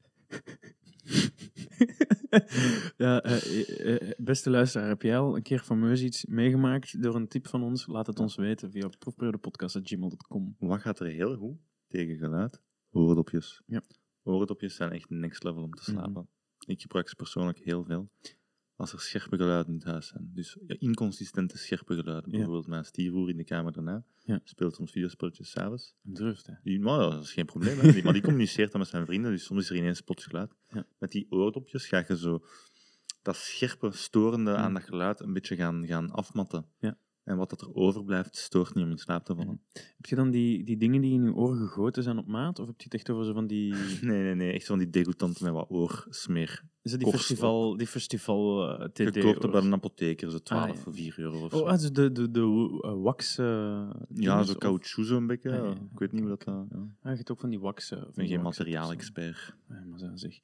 Ja, beste luisteraar, heb jij al een keer fameus iets meegemaakt door een tip van ons? Laat het ons weten via proefperiodepodcast@gmail.com. Wat gaat er heel goed tegen geluid? Oordopjes. Ja. Oordopjes zijn echt next level om te slapen. Ik gebruik ze persoonlijk heel veel. Als er scherpe geluiden in het huis zijn. Dus inconsistente scherpe geluiden. Ja. Bijvoorbeeld mijn stierhoer in de kamer daarna. Ja. Speelt soms videospelletjes s'avonds. Durft, hè? Maar dat is geen probleem. Hè. Maar die communiceert dan met zijn vrienden. Dus soms is er ineens plots geluid. Ja. Met die oordopjes ga je zo dat scherpe, storende aan dat geluid een beetje gaan afmatten. Ja. En wat dat er overblijft, stoort niet om in slaap te vallen. Heb je dan die dingen die in je oren gegoten zijn op maat? Of heb je het echt over zo van die... Nee. Echt van die degoutanten met wat oorsmeer. Is dat die festival TD? Gekoopt bij een apotheker, zo 12 ja. voor 4 euro of zo. Oh, dus de wax... ja, zo caoutchouc zo'n beetje. Ja. Ik weet niet hoe dat... Ja. je hebt ook van die wax... Ik ben geen materiaalexpert. Ja, maar zo zeg.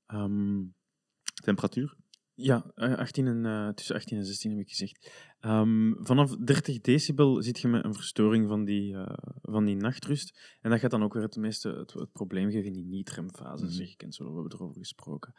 Temperatuur? Ja, tussen 18 en 16 heb ik gezegd. Vanaf 30 decibel zit je met een verstoring van die nachtrust. En dat gaat dan ook weer het probleem geven in die niet-remfase, zeg ik. En zo hebben we erover gesproken.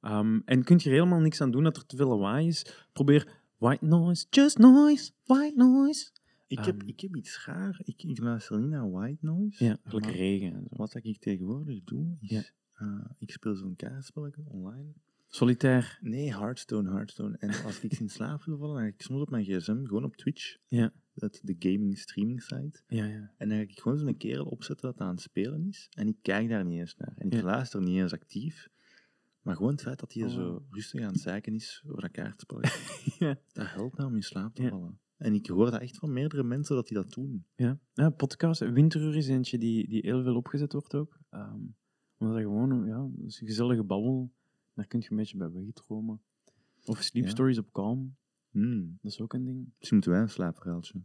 En kun je er helemaal niks aan doen dat er te veel lawaai is. Probeer white noise, just noise, white noise. Ik heb iets raar. Ik luister niet naar white noise. Ja, eigenlijk regen en zo. Wat ik tegenwoordig doe, is... ik speel zo'n kaartspelletje online. Solitair. Nee, Hearthstone. En als ik in slaap wil vallen, dan ga ik soms op mijn gsm, gewoon op Twitch. Ja. De gaming streaming site. Ja. En dan ga ik gewoon zo'n kerel opzetten dat aan het spelen is. En ik kijk daar niet eens naar. En ik luister niet eens actief. Maar gewoon het feit dat hij zo rustig aan het zeiken is over dat kaartspel. Ja. Dat helpt nou om in slaap te vallen. En ik hoor dat echt van meerdere mensen dat die dat doen. Ja, podcast. Winteruur is eentje die heel veel opgezet wordt ook. Omdat dat gewoon, dat is een gezellige babbel. Daar kun je een beetje bij wegdromen. Of Sleep Stories op Calm. Dat is ook een ding. Misschien moeten wij een slaapverhaaltje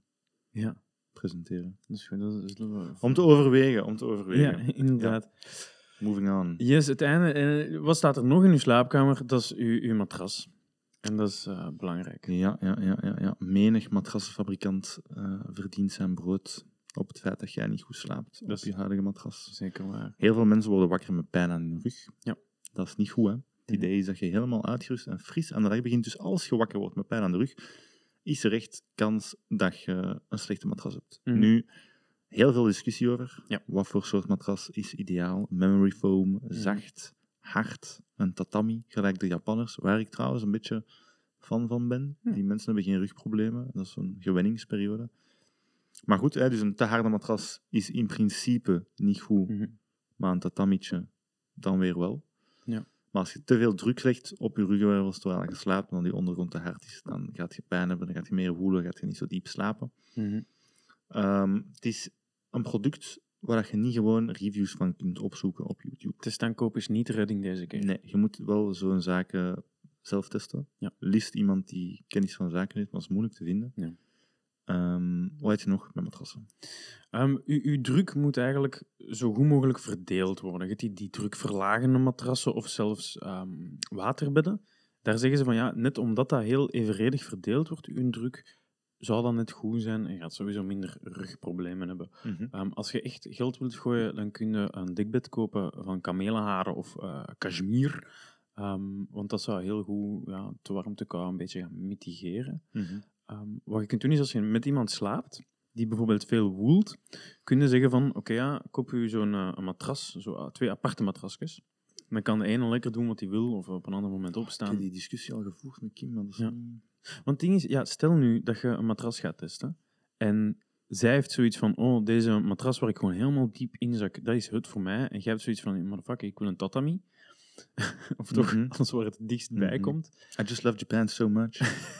presenteren. Dus goed, Om te overwegen. Ja, inderdaad. Ja. Moving on. Yes, het einde. Wat staat er nog in uw slaapkamer? Dat is uw matras. En dat is belangrijk. Ja. Menig matrassenfabrikant verdient zijn brood op het feit dat jij niet goed slaapt op je huidige matras. Zeker waar. Heel veel mensen worden wakker met pijn aan hun rug. Ja. Dat is niet goed, hè. Het idee is dat je helemaal uitgerust en fris aan de dag begint. Dus als je wakker wordt met pijn aan de rug, is er echt kans dat je een slechte matras hebt. Nu, heel veel discussie over. Ja. Wat voor soort matras is ideaal? Memory foam, zacht, hard, een tatami, gelijk de Japanners, waar ik trouwens een beetje fan van ben. Die mensen hebben geen rugproblemen. Dat is een gewenningsperiode. Maar goed, dus een te harde matras is in principe niet goed. Maar een tatamietje dan weer wel. Ja. Maar als je te veel druk legt op je ruggenwervels terwijl je slaapt, en dan die ondergrond te hard is, dan gaat je pijn hebben, dan gaat je meer woelen, gaat je niet zo diep slapen. Het is een product waar je niet gewoon reviews van kunt opzoeken op YouTube. Het is dan koop is niet de redding deze keer. Nee, je moet wel zo'n zaken zelf testen. Ja. Liefst iemand die kennis van zaken heeft, maar dat is moeilijk te vinden. Ja. Wat heb je nog met matrassen? Uw druk moet eigenlijk zo goed mogelijk verdeeld worden. Je hebt die drukverlagende matrassen of zelfs waterbedden. daar zeggen ze van ja, net omdat dat heel evenredig verdeeld wordt, uw druk, zou dat net goed zijn en je gaat sowieso minder rugproblemen hebben. Als je echt geld wilt gooien, dan kun je een dekbed kopen van kamelenharen of cashmere. Want dat zou heel goed de warmtekou een beetje gaan mitigeren. Wat je kunt doen is, als je met iemand slaapt, die bijvoorbeeld veel woelt, kun je zeggen van, koop u zo'n een matras, 2 aparte matrasjes. Dan kan de ene lekker doen wat hij wil, of op een ander moment opstaan. Ik heb die discussie al gevoerd met Kim, maar dat is niet... Want het ding is, stel nu dat je een matras gaat testen, en zij heeft zoiets van, deze matras waar ik gewoon helemaal diep in zak, dat is het voor mij. En jij hebt zoiets van, motherfucker, ik wil een tatami. Of toch, alles waar het dichtstbij komt. I just love Japan so much.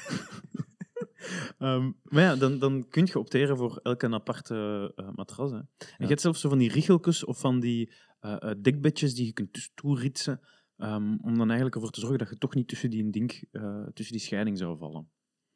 Maar ja, dan kun je opteren voor elke aparte matras. Hè. En je hebt zelfs zo van die richeltjes of van die dekbedjes die je kunt toeritsen, om dan eigenlijk ervoor te zorgen dat je toch niet tussen die scheiding zou vallen.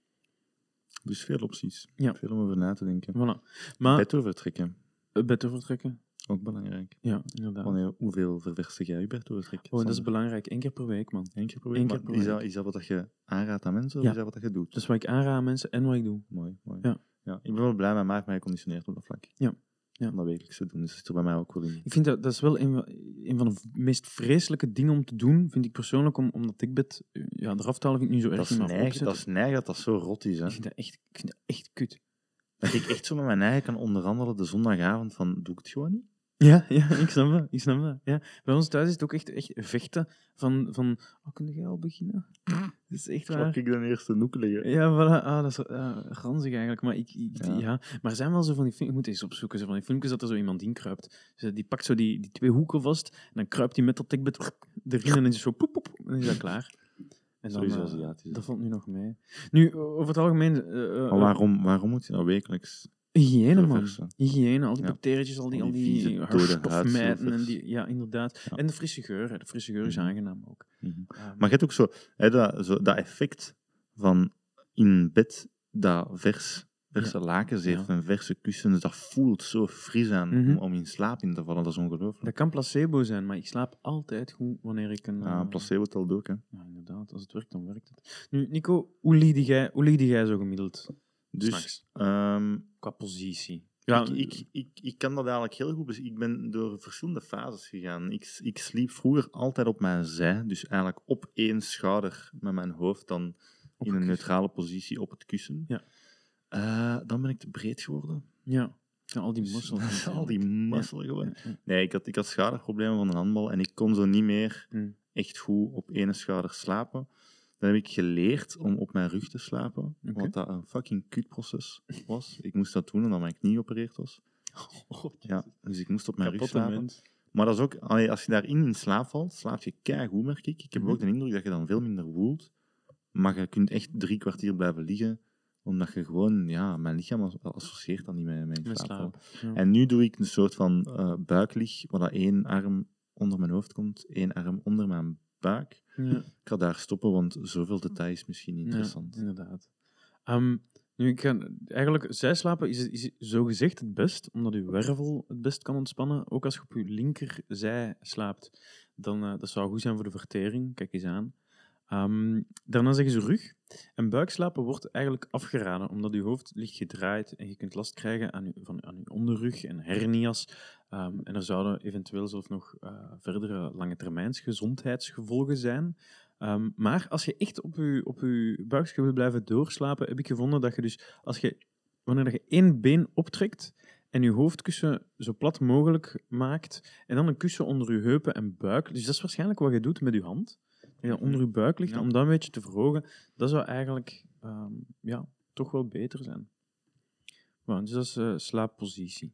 Dus veel opties. Ja. Veel om over na te denken. Voilà. Maar, bed overtrekken. Bed overtrekken. Ook belangrijk. Ja, inderdaad. Hoeveel ververstig jij je bed overtrekken? Dat is belangrijk. 1 keer per week, man. 1 keer per week? Is dat wat je aanraadt aan mensen, of is dat wat je doet? Dat is wat ik aanraad aan mensen en wat ik doe. Mooi. Ja. Ik ben wel blij met mij, maar hij conditioneert op dat vlak. Ja. Om dat wekelijks te doen, dus dat zit er bij mij ook wel in. Ik vind dat is wel een van de meest vreselijke dingen om te doen, vind ik persoonlijk, om dat dekbed eraf te halen, vind ik niet zo erg. Dat is neig dat dat zo rot is. Hè? Ik vind dat echt kut. Dat ik echt zo met mijn eigen kan onderhandelen de zondagavond van, doe ik het gewoon niet? Ja, ik snap dat. Ja. Bij ons thuis is het ook echt vechten van kun jij al beginnen? Dat is echt waar. Zal ik dan eerst de noek liggen? Ja, voilà. Dat is ranzig eigenlijk. Maar Maar er zijn wel zo van die filmpjes, ik moet eens opzoeken, zo van die filmpjes dat er zo iemand inkruipt. Dus die pakt zo die 2 hoeken vast en dan kruipt hij met dat dekbed erin en is zo poep, poep, en dan is dat klaar. En dan, sowieso Aziatisch. Dat valt nu nog mee. Nu, over het algemeen... maar waarom moet je nou wekelijks... Hygiëne, man. Hygiëne, al die bacterietjes, al die hartstofmijten en die... Ja, inderdaad. Ja. En de frisse geur. De frisse geur is aangenaam ook. Maar je hebt ook zo dat effect van in bed dat verse lakens heeft en verse kussens. Dat voelt zo fris aan om in slaap in te vallen. Dat is ongelooflijk. Dat kan placebo zijn, maar ik slaap altijd goed wanneer ik een... placebo telt ook, hè. Ja, inderdaad. Als het werkt, dan werkt het. Nu, Nico, hoe lieg jij zo gemiddeld? Dus, qua positie. Ja, ik kan dat eigenlijk heel goed. Ik ben door verschillende fases gegaan. Ik sliep vroeger altijd op mijn zij, dus eigenlijk op 1 schouder met mijn hoofd dan in een neutrale positie op het kussen. Ja. Dan ben ik te breed geworden. Ja, al die muscle. Al die muscle gewoon. Ja. Nee, ik had schouderproblemen van een handbal en ik kon zo niet meer echt goed op 1 schouder slapen. Dan heb ik geleerd om op mijn rug te slapen, wat dat een fucking kutproces was. Ik moest dat doen omdat mijn knie geopereerd was. Dus ik moest op mijn rug slapen. Mens. Maar dat is ook, als je daarin in slaap valt, slaap je keigoed, merk ik. Ik heb ook de indruk dat je dan veel minder woelt, maar je kunt echt 3 kwartier blijven liggen, omdat je gewoon, mijn lichaam associeert dan niet met mijn slaap. Ja. En nu doe ik een soort van buiklig, waar dat 1 arm onder mijn hoofd komt, 1 arm onder mijn buik. Ja. Ik ga daar stoppen, want zoveel detail is misschien niet interessant. Ja, inderdaad. Nu, eigenlijk, zijslapen is zogezegd het best, omdat uw wervel het best kan ontspannen. Ook als je op je linkerzij slaapt, dan dat zou goed zijn voor de vertering. Kijk eens aan. Daarna zeggen ze rug. En buikslapen wordt eigenlijk afgeraden, omdat je hoofd ligt gedraaid en je kunt last krijgen van je onderrug en hernia's. En er zouden eventueel zelfs nog verdere lange termijns gezondheidsgevolgen zijn. Maar als je echt op je buikje wil blijven doorslapen, heb ik gevonden dat je dus, wanneer je 1 been optrekt en je hoofdkussen zo plat mogelijk maakt, en dan een kussen onder je heupen en buik, dus dat is waarschijnlijk wat je doet met je hand, die onder je buik ligt, om dat een beetje te verhogen, dat zou eigenlijk toch wel beter zijn. Dus dat is slaappositie.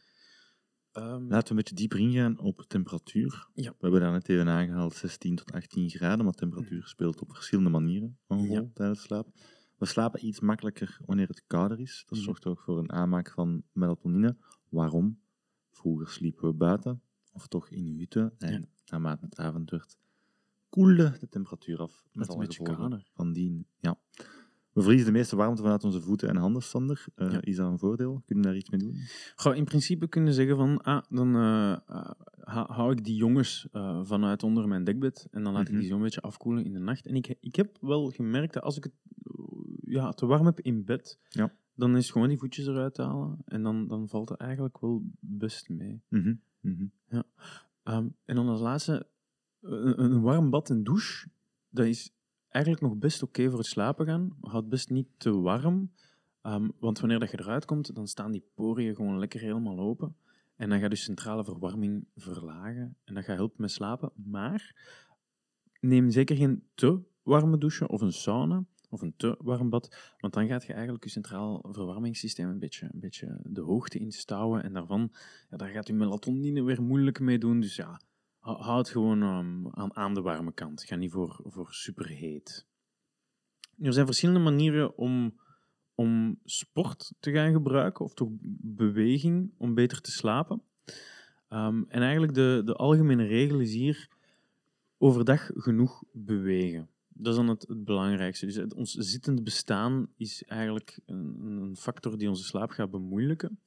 Laten we een beetje dieper ingaan op temperatuur. Ja. We hebben daar net even aangehaald 16 tot 18 graden, maar temperatuur speelt op verschillende manieren tijdens slaap. We slapen iets makkelijker wanneer het kouder is. Dat zorgt ook voor een aanmaak van melatonine. Waarom? Vroeger sliepen we buiten, of toch in hutten. En naarmate het avond werd, koelde de temperatuur af. Met alle gevolgen van dien. Ja. We verliezen de meeste warmte vanuit onze voeten en handen, Sander. Is dat een voordeel? Kunnen we daar iets mee doen? In principe kunnen we zeggen van, hou ik die jongens vanuit onder mijn dekbed en dan laat ik die zo'n beetje afkoelen in de nacht. En ik heb wel gemerkt dat als ik het te warm heb in bed, dan is gewoon die voetjes eruit halen en dan valt het eigenlijk wel best mee. Ja. En dan als laatste, een warm bad en douche, dat is eigenlijk nog best oké voor het slapen gaan. Houd best niet te warm, want wanneer dat je eruit komt, dan staan die poriën gewoon lekker helemaal open. En dan gaat je centrale verwarming verlagen en dat gaat helpen met slapen. Maar neem zeker geen te warme douche of een sauna of een te warm bad, want dan gaat je eigenlijk je centraal verwarmingssysteem een beetje de hoogte instouwen en daar gaat je melatonine weer moeilijk mee doen. Dus ja, houd gewoon aan de warme kant. Ga niet voor superheet. Er zijn verschillende manieren om sport te gaan gebruiken, of toch beweging, om beter te slapen. En eigenlijk de algemene regel is hier overdag genoeg bewegen. Dat is dan het belangrijkste. Dus ons zittend bestaan is eigenlijk een factor die onze slaap gaat bemoeilijken.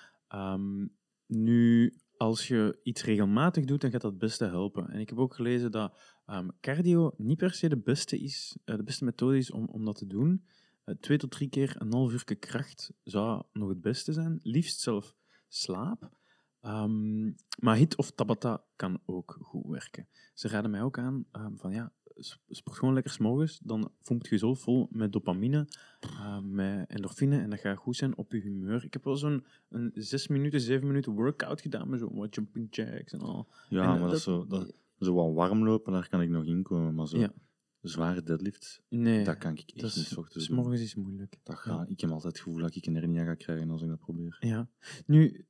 Nu, als je iets regelmatig doet, dan gaat dat het beste helpen. En ik heb ook gelezen dat cardio niet per se de beste methode is om dat te doen. 2 tot 3 keer een half uur kracht zou nog het beste zijn. Liefst zelf slaap. Maar HIIT of Tabata kan ook goed werken. Ze raden mij ook aan sport gewoon lekker 's morgens. Dan voelt je zo vol met dopamine, met endorfine en dat gaat goed zijn op je humeur. Ik heb wel zo'n 6 minuten, 7 minuten workout gedaan met zo'n wat jumping jacks en al. Ja, en maar zo wat warm lopen, daar kan ik nog in komen. Maar zo zware deadlifts, dat kan ik echt niet 's ochtends doen. 's morgens is moeilijk. Ik heb altijd het gevoel dat ik een hernia ga krijgen als ik dat probeer. Ja. Nu...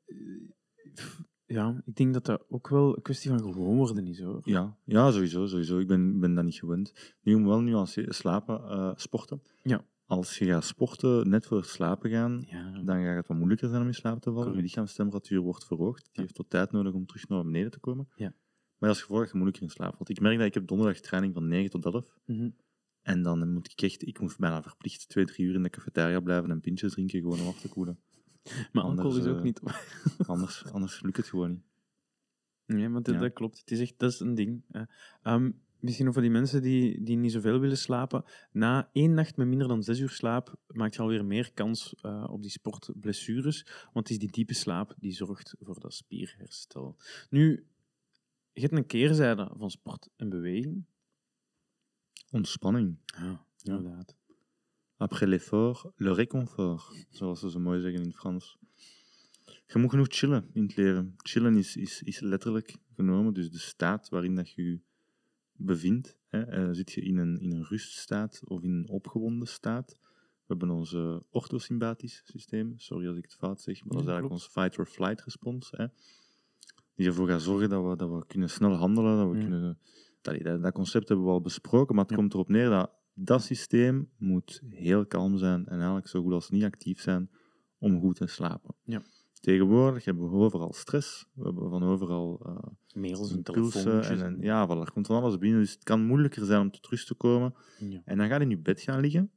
ik denk dat dat ook wel een kwestie van gewoon worden is, hoor. Ja, sowieso. Ik ben dat niet gewend. Nu moet wel nuanceren, sporten. Ja. Als je gaat sporten net voor het slapen gaan, dan gaat het wat moeilijker zijn om in slaap te vallen. Correct. Je lichaamstemperatuur wordt verhoogd. Die heeft wat tijd nodig om terug naar beneden te komen. Ja. Maar als gevolg dat je moeilijker in slaap valt. Ik merk dat ik heb donderdag training van 9 tot 11. En dan moet ik moet bijna verplicht 2-3 uur in de cafetaria blijven en pintjes drinken, gewoon om af te koelen. Maar alcohol is ook niet... anders lukt het gewoon niet. Nee, maar dat klopt. Dat is een ding. Misschien ook voor die mensen die niet zoveel willen slapen. Na 1 nacht met minder dan 6 uur slaap maakt je alweer meer kans op die sportblessures. Want het is die diepe slaap die zorgt voor dat spierherstel. Nu, je hebt een keerzijde van sport en beweging. Ontspanning. Ja, inderdaad. Après l'effort, le réconfort, zoals ze zo mooi zeggen in het Frans. Je moet genoeg chillen in het leven. Chillen is letterlijk genomen, dus de staat waarin dat je je bevindt. Zit je in een ruststaat of in een opgewonden staat. We hebben ons orthosympathisch systeem, sorry als ik het fout zeg, maar dat is eigenlijk ons fight-or-flight respons. Die ervoor gaat zorgen dat we kunnen snel handelen, dat we kunnen... Dat concept hebben we al besproken, maar het komt erop neer dat systeem moet heel kalm zijn en eigenlijk zo goed als niet actief zijn om goed te slapen. Ja. Tegenwoordig hebben we overal stress, we hebben van overal mails en telefoontjes. Er komt van alles binnen, dus het kan moeilijker zijn om tot rust te komen. Ja. En dan ga je in je bed gaan liggen,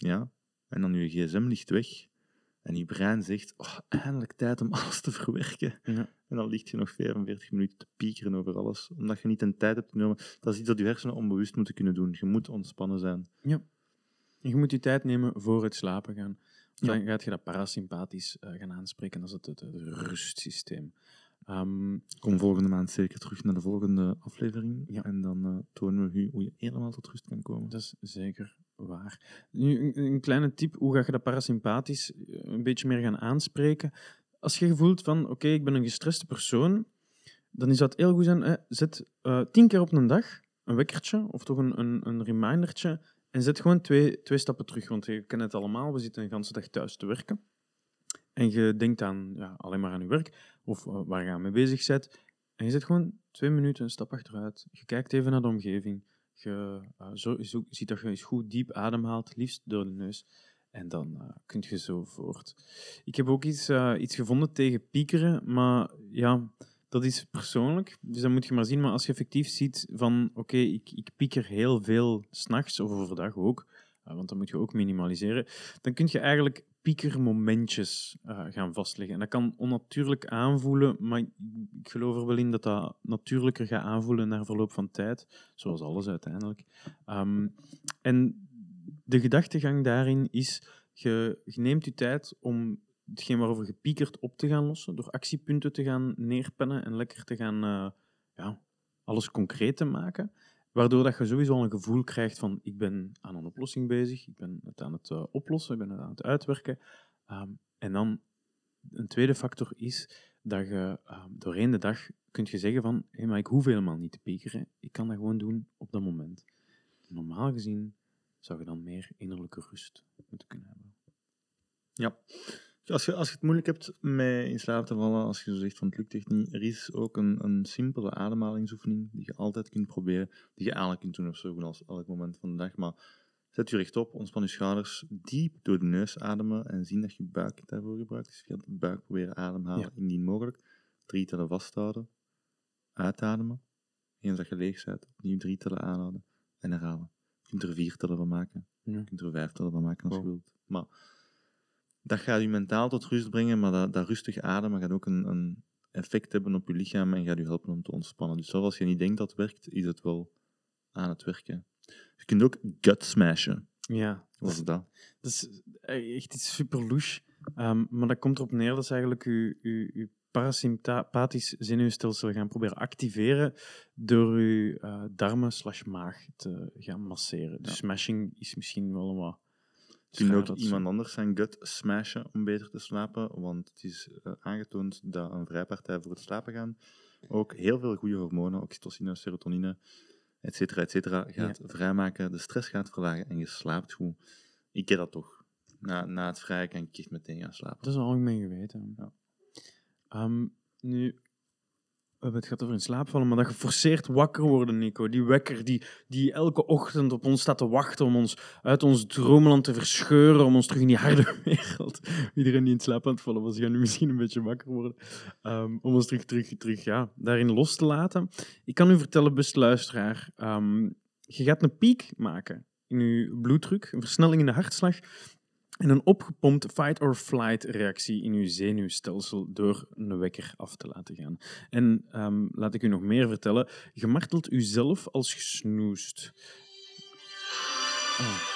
en dan je gsm ligt weg en je brein zegt, eindelijk tijd om alles te verwerken. Ja. En dan ligt je nog 45 minuten te piekeren over alles, omdat je niet de tijd hebt genomen. Dat is iets dat je hersenen onbewust moeten kunnen doen. Je moet ontspannen zijn. Ja. En je moet je tijd nemen voor het slapen gaan. Dan gaat je dat parasympathisch gaan aanspreken. Dat is het rustsysteem. Kom volgende maand zeker terug naar de volgende aflevering. Ja. En dan tonen we hoe je helemaal tot rust kan komen. Dat is zeker waar. Nu, een kleine tip. Hoe ga je dat parasympathisch een beetje meer gaan aanspreken? Als je voelt van, oké, ik ben een gestreste persoon, dan is dat heel goed zijn. Zet 10 keer op een dag een wekkertje, of toch een remindertje, en zet gewoon twee stappen terug. Want je kent het allemaal, we zitten een hele dag thuis te werken. En je denkt alleen maar aan je werk, of waar je aan mee bezig bent. En je zet gewoon 2 minuten een stap achteruit. Je kijkt even naar de omgeving. Je ziet dat je eens goed diep ademhaalt, liefst door de neus. En dan kun je zo voort. Ik heb ook iets gevonden tegen piekeren, maar ja, dat is persoonlijk. Dus dat moet je maar zien. Maar als je effectief ziet van, oké, ik pieker heel veel 's nachts of overdag ook, want dan moet je ook minimaliseren, dan kun je eigenlijk piekermomentjes gaan vastleggen. En dat kan onnatuurlijk aanvoelen, maar ik geloof er wel in dat dat natuurlijker gaat aanvoelen naar verloop van tijd, zoals alles uiteindelijk. En de gedachtegang daarin is, je neemt je tijd om hetgeen waarover je piekert op te gaan lossen, door actiepunten te gaan neerpennen en lekker te gaan alles concreet te maken, waardoor dat je sowieso al een gevoel krijgt van ik ben aan een oplossing bezig, ik ben het aan het oplossen, ik ben het aan het uitwerken. En dan een tweede factor is dat je doorheen de dag kunt je zeggen van hey, maar ik hoef helemaal niet te piekeren, ik kan dat gewoon doen op dat moment. Normaal gezien zou je dan meer innerlijke rust moeten kunnen hebben. Ja. Als je het moeilijk hebt met in slaap te vallen, als je zo zegt van het lukt echt niet, er is ook een simpele ademhalingsoefening die je altijd kunt proberen, die je eigenlijk kunt doen op zo goed als elk moment van de dag. Maar zet je rechtop, ontspan je schouders, diep door de neus ademen en zien dat je buik daarvoor gebruikt. Dus via de buik proberen ademhalen, indien mogelijk. 3 tellen vasthouden, uitademen. Eens dat je leeg bent, opnieuw 3 tellen aanhouden en herhalen. Je kunt er 4 tellen van maken. Je kunt er 5 tellen van maken als je wilt. Maar dat gaat je mentaal tot rust brengen, maar dat rustig ademen gaat ook een effect hebben op je lichaam en gaat je helpen om te ontspannen. Dus zelfs als je niet denkt dat het werkt, is het wel aan het werken. Je kunt ook gut smashen. Ja. Wat is dat? Dat is echt iets super louche. Maar dat komt erop neer dat ze eigenlijk je parasympathisch zenuwstelsel gaan proberen activeren door je darmen/maag te gaan masseren. Dus smashing is misschien wel een wat... Je kunt ook iemand anders zijn gut smashen om beter te slapen, want het is aangetoond dat een vrijpartij voor het slapen gaan ook heel veel goede hormonen, oxytocine, serotonine, et cetera, gaat vrijmaken, de stress gaat verlagen en je slaapt goed. Ik heb dat toch. Na het vrijen kan ik echt meteen gaan slapen. Dat is algemeen geweten. Ja. Nu, we hebben het gehad over in slaap vallen, maar dat geforceerd wakker worden, Nico. Die wekker die elke ochtend op ons staat te wachten om ons uit ons droomland te verscheuren, om ons terug in die harde wereld. Iedereen die in slaap aan het vallen was, gaat nu misschien een beetje wakker worden. Om ons terug daarin los te laten. Ik kan u vertellen, beste luisteraar, je gaat een piek maken in je bloeddruk, een versnelling in de hartslag en een opgepompt fight-or-flight reactie in uw zenuwstelsel door een wekker af te laten gaan. En laat ik u nog meer vertellen. Je martelt uzelf als je snoest. Oh.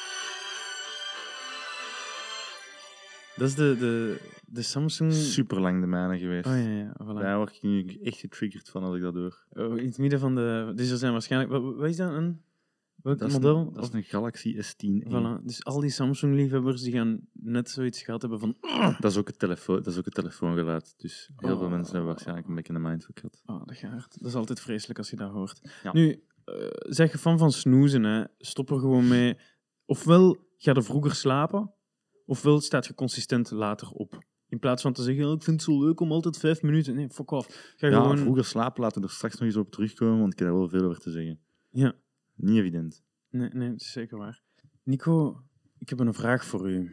Dat is de Samsung... Super lang de mijne geweest. Oh ja, voilà. Daar word ik nu echt getriggerd van als ik dat hoor. Oh, in het midden van de... Dus er zijn waarschijnlijk... Wat is dat? Welk model? Dat is een Galaxy S10. Voilà. Dus al die Samsung-liefhebbers die gaan net zoiets gehad hebben van... Dat is ook het telefoongeluid. Dus heel veel mensen hebben waarschijnlijk een beetje een mindfuck gehad. Oh, dat gaat. Dat is altijd vreselijk als je dat hoort. Ja. Nu, zeg je fan van snoezen, hè? Stop er gewoon mee. Ofwel ga je vroeger slapen, ofwel staat je consistent later op. In plaats van te zeggen, ik vind het zo leuk om altijd 5 minuten... Nee, fuck off. Gewoon... vroeger slapen, laten we er straks nog eens op terugkomen, want ik heb daar wel veel over te zeggen. Ja. Niet evident. Nee, dat is zeker waar. Nico, ik heb een vraag voor u.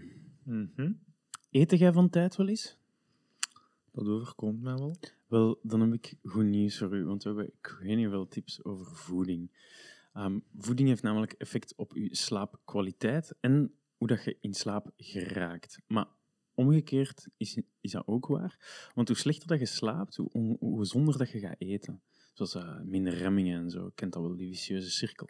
Eet jij van tijd wel eens? Dat overkomt mij wel. Wel, dan heb ik goed nieuws voor u, want we hebben ik weet niet veel tips over voeding. Voeding heeft namelijk effect op uw slaapkwaliteit en hoe dat je in slaap geraakt. Maar omgekeerd is dat ook waar. Want hoe slechter dat je slaapt, hoe gezonder dat je gaat eten. Zoals minder remmingen en zo. Je kent dat wel, die vicieuze cirkel.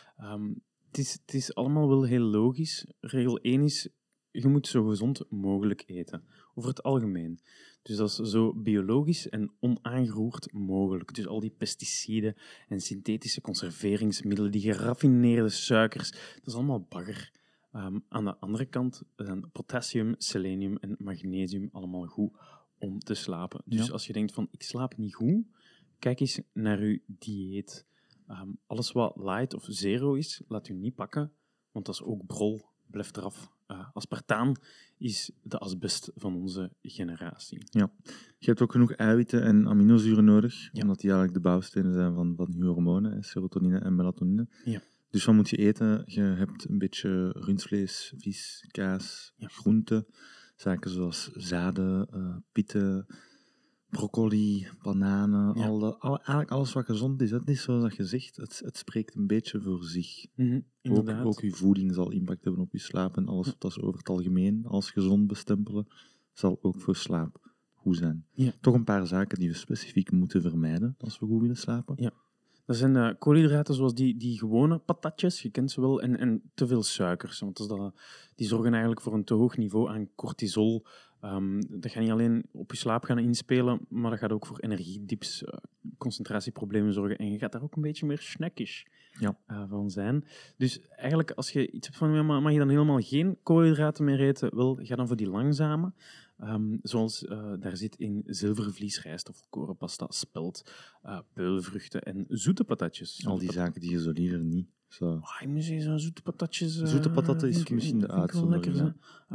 Het is allemaal wel heel logisch. Regel 1 is, je moet zo gezond mogelijk eten. Over het algemeen. Dus dat is zo biologisch en onaangeroerd mogelijk. Dus al die pesticiden en synthetische conserveringsmiddelen, die geraffineerde suikers, dat is allemaal bagger. Aan de andere kant zijn potassium, selenium en magnesium allemaal goed om te slapen. Dus als je denkt van, ik slaap niet goed, kijk eens naar uw dieet. Alles wat light of zero is, laat u niet pakken, want dat is ook brol. Blijf eraf. Aspartaan is de asbest van onze generatie. Ja. Je hebt ook genoeg eiwitten en aminozuren nodig, omdat die eigenlijk de bouwstenen zijn van je hormonen, serotonine en melatonine. Ja. Dus wat moet je eten? Je hebt een beetje rundvlees, vis, kaas, groenten, zaken zoals zaden, pitten, broccoli, bananen, eigenlijk alles wat gezond is. Het is zo dat je zegt, het spreekt een beetje voor zich. Ook je voeding zal impact hebben op je slaap en alles wat ze over het algemeen als gezond bestempelen, zal ook voor slaap goed zijn. Ja. Toch een paar zaken die we specifiek moeten vermijden als we goed willen slapen. Ja. Dat zijn koolhydraten zoals die gewone patatjes, je kent ze wel, en te veel suikers. Want die zorgen eigenlijk voor een te hoog niveau aan cortisol. Dat gaat niet alleen op je slaap gaan inspelen, maar dat gaat ook voor energiedips, concentratieproblemen zorgen. En je gaat daar ook een beetje meer snackish van zijn. Dus eigenlijk, als je iets hebt van, mag je dan helemaal geen koolhydraten meer eten? Wel, ga dan voor die langzame. Zoals daar zit in zilvervlies, rijst of korenpasta, spelt, peulvruchten en zoete patatjes. Al die zaken die je zo liever niet. Zo. Ik moet zeggen, zo'n zoete patatjes... zoete patatten is misschien de uitzondering.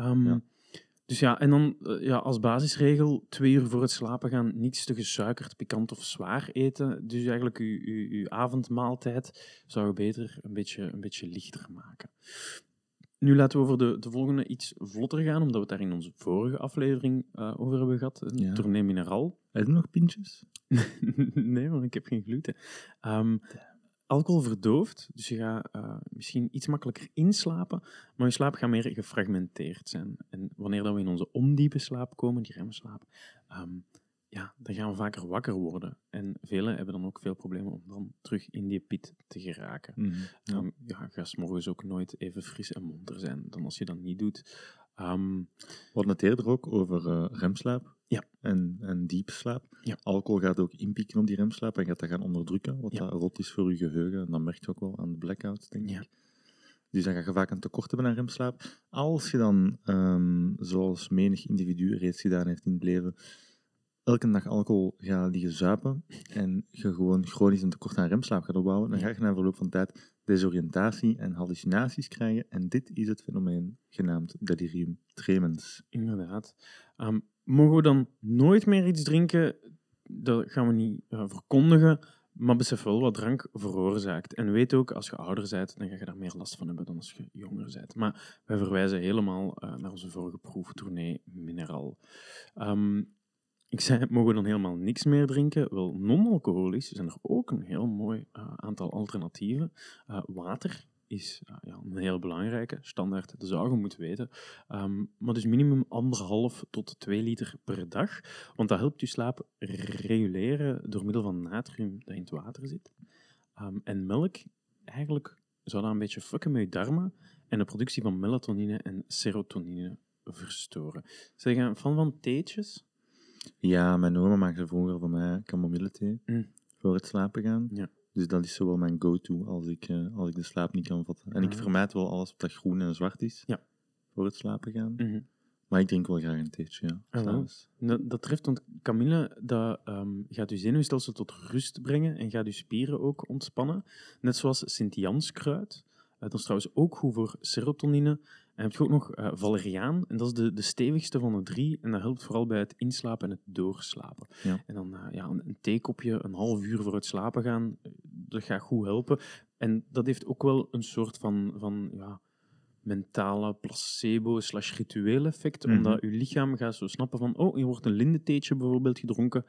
Dus ja, en dan als basisregel 2 uur voor het slapen gaan niets te gesuikerd, pikant of zwaar eten. Dus eigenlijk je avondmaaltijd zou je beter een beetje lichter maken. Nu laten we over de volgende iets vlotter gaan, omdat we het daar in onze vorige aflevering over hebben gehad. Een Tournee Mineral. Heb je nog pintjes? Nee, want ik heb geen gluten. Alcohol verdooft, dus je gaat misschien iets makkelijker inslapen, maar je slaap gaat meer gefragmenteerd zijn. En wanneer dat we in onze ondiepe slaap komen, die remslaap, dan gaan we vaker wakker worden. En velen hebben dan ook veel problemen om dan terug in die pit te geraken. Je gaat 's morgens ook nooit even fris en monter zijn dan als je dat niet doet. We hadden het eerder ook over remslaap en diepslaap. Ja. Alcohol gaat ook inpikken op die remslaap en gaat dat gaan onderdrukken, wat dat rot is voor je geheugen. En dat merk je ook wel aan de blackouts, denk ik. Dus dan ga je vaak een tekort hebben aan remslaap. Als je dan, zoals menig individu reeds gedaan heeft in het leven, elke dag alcohol gaat liggen zuipen en je gewoon chronisch een tekort aan remslaap gaat opbouwen, dan ga je na verloop van tijd desoriëntatie en hallucinaties krijgen. En dit is het fenomeen genaamd delirium tremens. Inderdaad. Mogen we dan nooit meer iets drinken? Dat gaan we niet verkondigen, maar besef wel wat drank veroorzaakt. En weet ook, als je ouder bent, dan ga je daar meer last van hebben dan als je jonger bent. Maar wij verwijzen helemaal naar onze vorige proef, Tournee Mineral. Ik zei, mogen we dan helemaal niks meer drinken? Wel, non-alcoholisch zijn er ook een heel mooi aantal alternatieven. Water is een heel belangrijke, standaard, dat zou je moeten weten. Maar dus minimum 1,5 tot 2 liter per dag. Want dat helpt je slaap reguleren door middel van natrium dat in het water zit. En melk, eigenlijk zou dat een beetje fucken met je darmen en de productie van melatonine en serotonine verstoren. Zeg je een fan van theetjes? Ja, mijn oma maakte vroeger voor mij kamomillethee voor het slapen gaan. Ja. Dus dat is zo wel mijn go-to als ik de slaap niet kan vatten. En ik vermijd wel alles wat groen en zwart is voor het slapen gaan. Maar ik drink wel graag een theetje, Dat treft, want kamille dat, gaat je zenuwstelsel tot rust brengen en gaat je spieren ook ontspannen. Net zoals Sint-Janskruid. Dat is trouwens ook goed voor serotonine. En je hebt ook nog valeriaan, en dat is de stevigste van de 3. En dat helpt vooral bij het inslapen en het doorslapen. Ja. En dan een theekopje, een half uur voor het slapen gaan, dat gaat goed helpen. En dat heeft ook wel een soort van mentale placebo/ritueel effect, omdat je lichaam gaat zo snappen van, je wordt een lindentheetje bijvoorbeeld gedronken,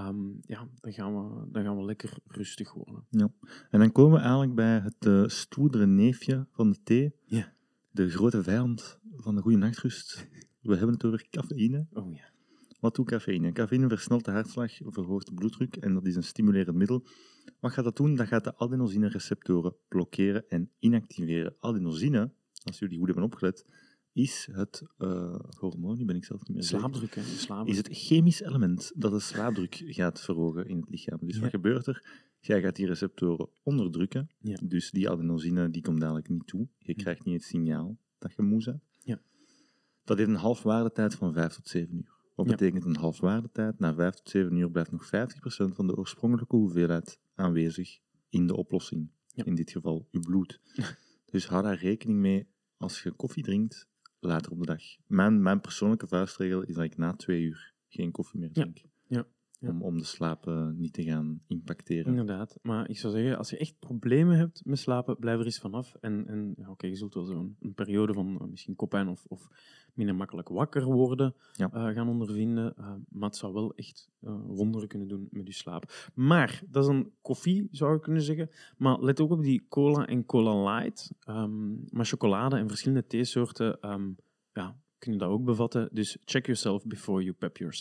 dan gaan we lekker rustig worden. Ja. En dan komen we eigenlijk bij het stoerdere neefje van de thee. Ja. De grote vijand van de goede nachtrust. We hebben het over cafeïne. Oh ja. Wat doet cafeïne? Cafeïne versnelt de hartslag, verhoogt de bloeddruk en dat is een stimulerend middel. Wat gaat dat doen? Dat gaat de adenosine-receptoren blokkeren en inactiveren. Adenosine, als jullie goed hebben opgelet, is het hormoon, nu ben ik zelf niet meer Slaapdruk, hè? Is het chemisch element dat de slaapdruk gaat verhogen in het lichaam. Dus wat gebeurt er? Jij gaat die receptoren onderdrukken, dus die adenosine die komt dadelijk niet toe. Je krijgt niet het signaal dat je moe bent. Ja. Dat heeft een halfwaardetijd van 5 tot 7 uur. Wat betekent een halfwaardetijd? Na 5 tot 7 uur blijft nog 50% van de oorspronkelijke hoeveelheid aanwezig in de oplossing. Ja. In dit geval uw bloed. Dus hou daar rekening mee als je koffie drinkt later op de dag. Mijn persoonlijke vuistregel is dat ik na 2 uur geen koffie meer drink. Ja. Om de slaap niet te gaan impacteren. Inderdaad, maar ik zou zeggen, als je echt problemen hebt met slapen, blijf er eens vanaf. En je zult wel zo'n periode van misschien koppijn of minder makkelijk wakker worden gaan ondervinden. Maar het zou wel echt wonderen kunnen doen met je slaap. Maar, dat is een koffie, zou je kunnen zeggen. Maar let ook op die cola en cola light. Maar chocolade en verschillende theesoorten kun je dat ook bevatten. Dus check yourself before you pep yourself.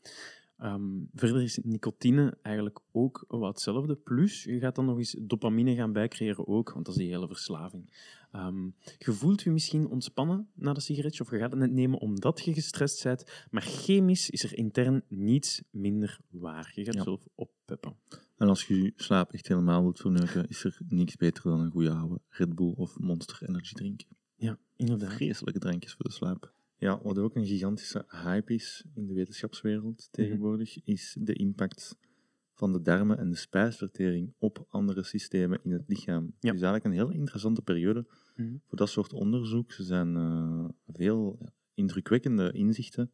Verder is nicotine eigenlijk ook wat hetzelfde. Plus, je gaat dan nog eens dopamine gaan bijcreëren ook, want dat is die hele verslaving. Je voelt je misschien ontspannen na de sigaretje, of je gaat het net nemen omdat je gestrest bent, maar chemisch is er intern niets minder waar. Je gaat zelf oppeppen. En als je je slaap echt helemaal wilt verneuken, is er niks beter dan een goede oude Red Bull of Monster Energy drinken. Ja, inderdaad. Vreselijke drankjes voor de slaap. Ja, wat ook een gigantische hype is in de wetenschapswereld tegenwoordig, is de impact van de darmen en de spijsvertering op andere systemen in het lichaam. Het is eigenlijk een heel interessante periode voor dat soort onderzoek. Er zijn veel indrukwekkende inzichten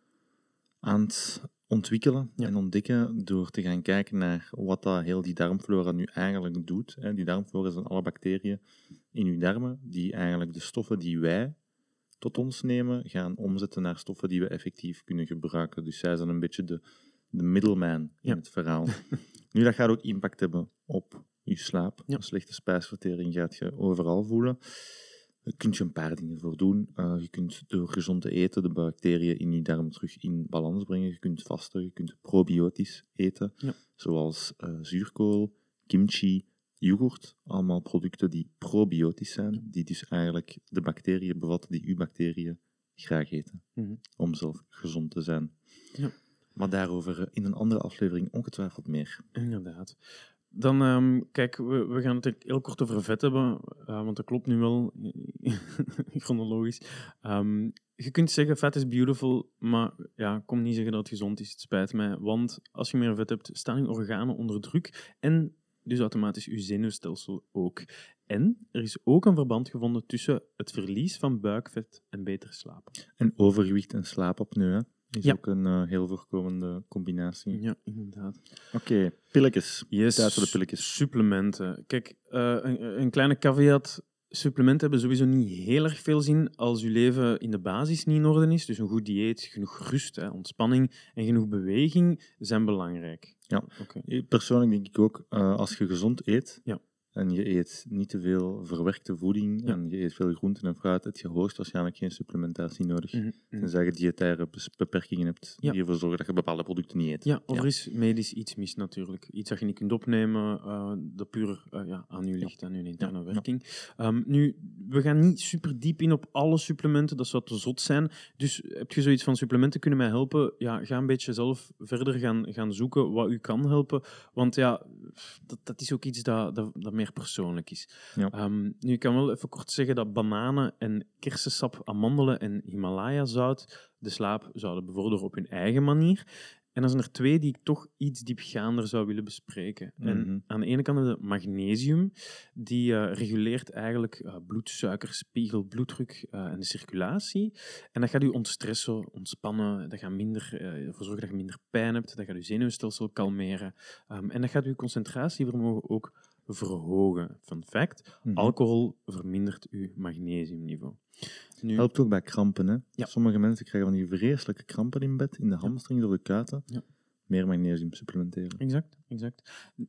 aan het ontwikkelen en ontdekken door te gaan kijken naar wat dat heel die darmflora nu eigenlijk doet. Die darmflora zijn alle bacteriën in uw darmen die eigenlijk de stoffen die wij tot ons nemen, gaan omzetten naar stoffen die we effectief kunnen gebruiken. Dus zij zijn een beetje de middleman in het verhaal. Nu, dat gaat ook impact hebben op je slaap. Een slechte spijsvertering gaat je overal voelen. Je kunt je een paar dingen voor doen. Je kunt door gezond te eten de bacteriën in je darm terug in balans brengen. Je kunt vasten, je kunt probiotisch eten, zoals zuurkool, kimchi, yoghurt. Allemaal producten die probiotisch zijn, die dus eigenlijk de bacteriën bevatten die uw bacteriën graag eten, om zelf gezond te zijn. Ja. Maar daarover in een andere aflevering ongetwijfeld meer. Inderdaad. Dan, kijk, we gaan het heel kort over vet hebben, want dat klopt nu wel, chronologisch. Je kunt zeggen, vet is beautiful, maar kom niet zeggen dat het gezond is, het spijt mij. Want als je meer vet hebt, staan je organen onder druk en dus automatisch je zenuwstelsel ook. En er is ook een verband gevonden tussen het verlies van buikvet en beter slapen. En overgewicht en slaapapneu, is ook een heel voorkomende combinatie. Ja, inderdaad. Oké, pilletjes. Yes, tijd voor de pilletjes. Supplementen. Kijk, een kleine caveat. Supplementen hebben sowieso niet heel erg veel zin als je leven in de basis niet in orde is. Dus een goed dieet, genoeg rust, ontspanning en genoeg beweging zijn belangrijk. Ja, persoonlijk denk ik ook, als je gezond eet en je eet niet te veel verwerkte voeding en je eet veel groenten en fruit, heb je hoogstwaarschijnlijk geen supplementatie nodig. Tenzij je diëtaire beperkingen hebt die ervoor zorgen dat je bepaalde producten niet eet. Ja, of er is medisch iets mis natuurlijk. Iets dat je niet kunt opnemen, dat puur aan je ligt, aan je interne werking. Nu, we gaan niet super diep in op alle supplementen, dat zou te zot zijn. Dus heb je zoiets van supplementen kunnen mij helpen? Ja, ga een beetje zelf verder gaan zoeken wat u kan helpen. Want dat is ook iets dat meer persoonlijk is. Ja. Nu, ik kan wel even kort zeggen dat bananen en kersensap, amandelen en Himalaya-zout de slaap zouden bevorderen op hun eigen manier. En dan zijn er twee die ik toch iets diepgaander zou willen bespreken. En aan de ene kant de magnesium, die reguleert eigenlijk bloedsuikerspiegel, bloeddruk en de circulatie. En dat gaat u ontstressen, ontspannen, dat gaat ervoor zorgen dat je minder pijn hebt, dat gaat uw zenuwstelsel kalmeren. En dat gaat uw concentratievermogen ook verhogen. Fun fact, alcohol vermindert uw magnesiumniveau. Nu, helpt ook bij krampen, hè? Ja. Sommige mensen krijgen van die vreselijke krampen in bed, in de hamstrings of de kuiten. Ja. Meer magnesium supplementeren. Exact.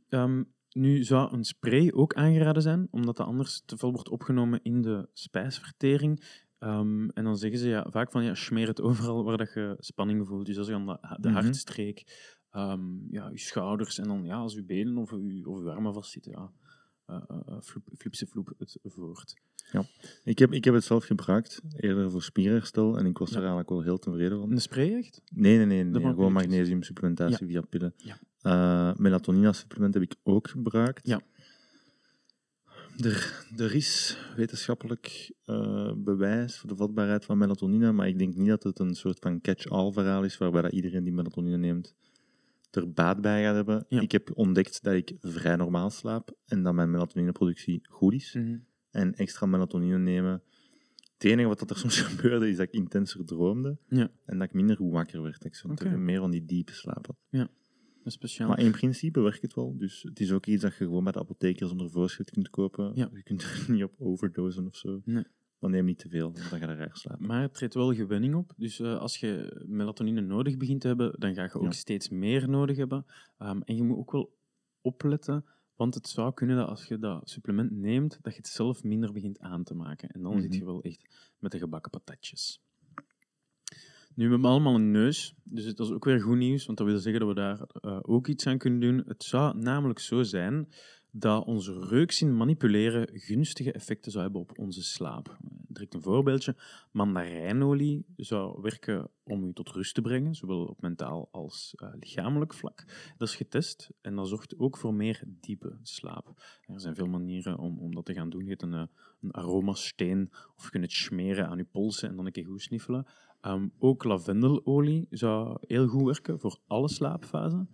Nu zou een spray ook aangeraden zijn, omdat dat anders te veel wordt opgenomen in de spijsvertering. En dan zeggen ze vaak van, smeer het overal waar dat je spanning voelt. Dus als je aan de hartstreek, je schouders en dan als je benen of je armen vastzitten, flipse het voort. Ja, ik heb het zelf gebruikt, eerder voor spierherstel, en ik was er eigenlijk wel heel tevreden van. Een spray echt? Nee, gewoon magnesiumsupplementatie via pillen. Ja. Melatonina-supplement heb ik ook gebruikt. Ja. Er is wetenschappelijk bewijs voor de vatbaarheid van melatonine, maar ik denk niet dat het een soort van catch-all verhaal is, waarbij dat iedereen die melatonine neemt er baat bij gaat hebben. Ja. Ik heb ontdekt dat ik vrij normaal slaap en dat mijn melatonineproductie goed is. En extra melatonine nemen. Het enige wat er soms gebeurde, is dat ik intenser droomde en dat ik minder goed wakker werd. Dat ik meer van die diepe slaap had. Ja, dat is speciaal. Maar in principe werkt het wel. Dus het is ook iets dat je gewoon bij de apotheker zonder voorschrift kunt kopen. Ja. Je kunt er niet op overdosen of zo. Nee. Maar neem niet te veel, want dan ga je erg slapen. Maar het treedt wel gewenning op. Dus als je melatonine nodig begint te hebben, dan ga je ook steeds meer nodig hebben. En je moet ook wel opletten, want het zou kunnen dat als je dat supplement neemt, dat je het zelf minder begint aan te maken. En dan zit je wel echt met de gebakken patatjes. Nu, we hebben allemaal een neus, dus dat is ook weer goed nieuws, want dat wil zeggen dat we daar ook iets aan kunnen doen. Het zou namelijk zo zijn dat onze reukzin manipuleren gunstige effecten zou hebben op onze slaap. Direct een voorbeeldje. Mandarijnolie zou werken om u tot rust te brengen, zowel op mentaal als lichamelijk vlak. Dat is getest en dat zorgt ook voor meer diepe slaap. Er zijn veel manieren om dat te gaan doen. Je hebt een aromasteen of je kunt het smeren aan je polsen en dan een keer goed sniffelen. Ook lavendelolie zou heel goed werken voor alle slaapfasen.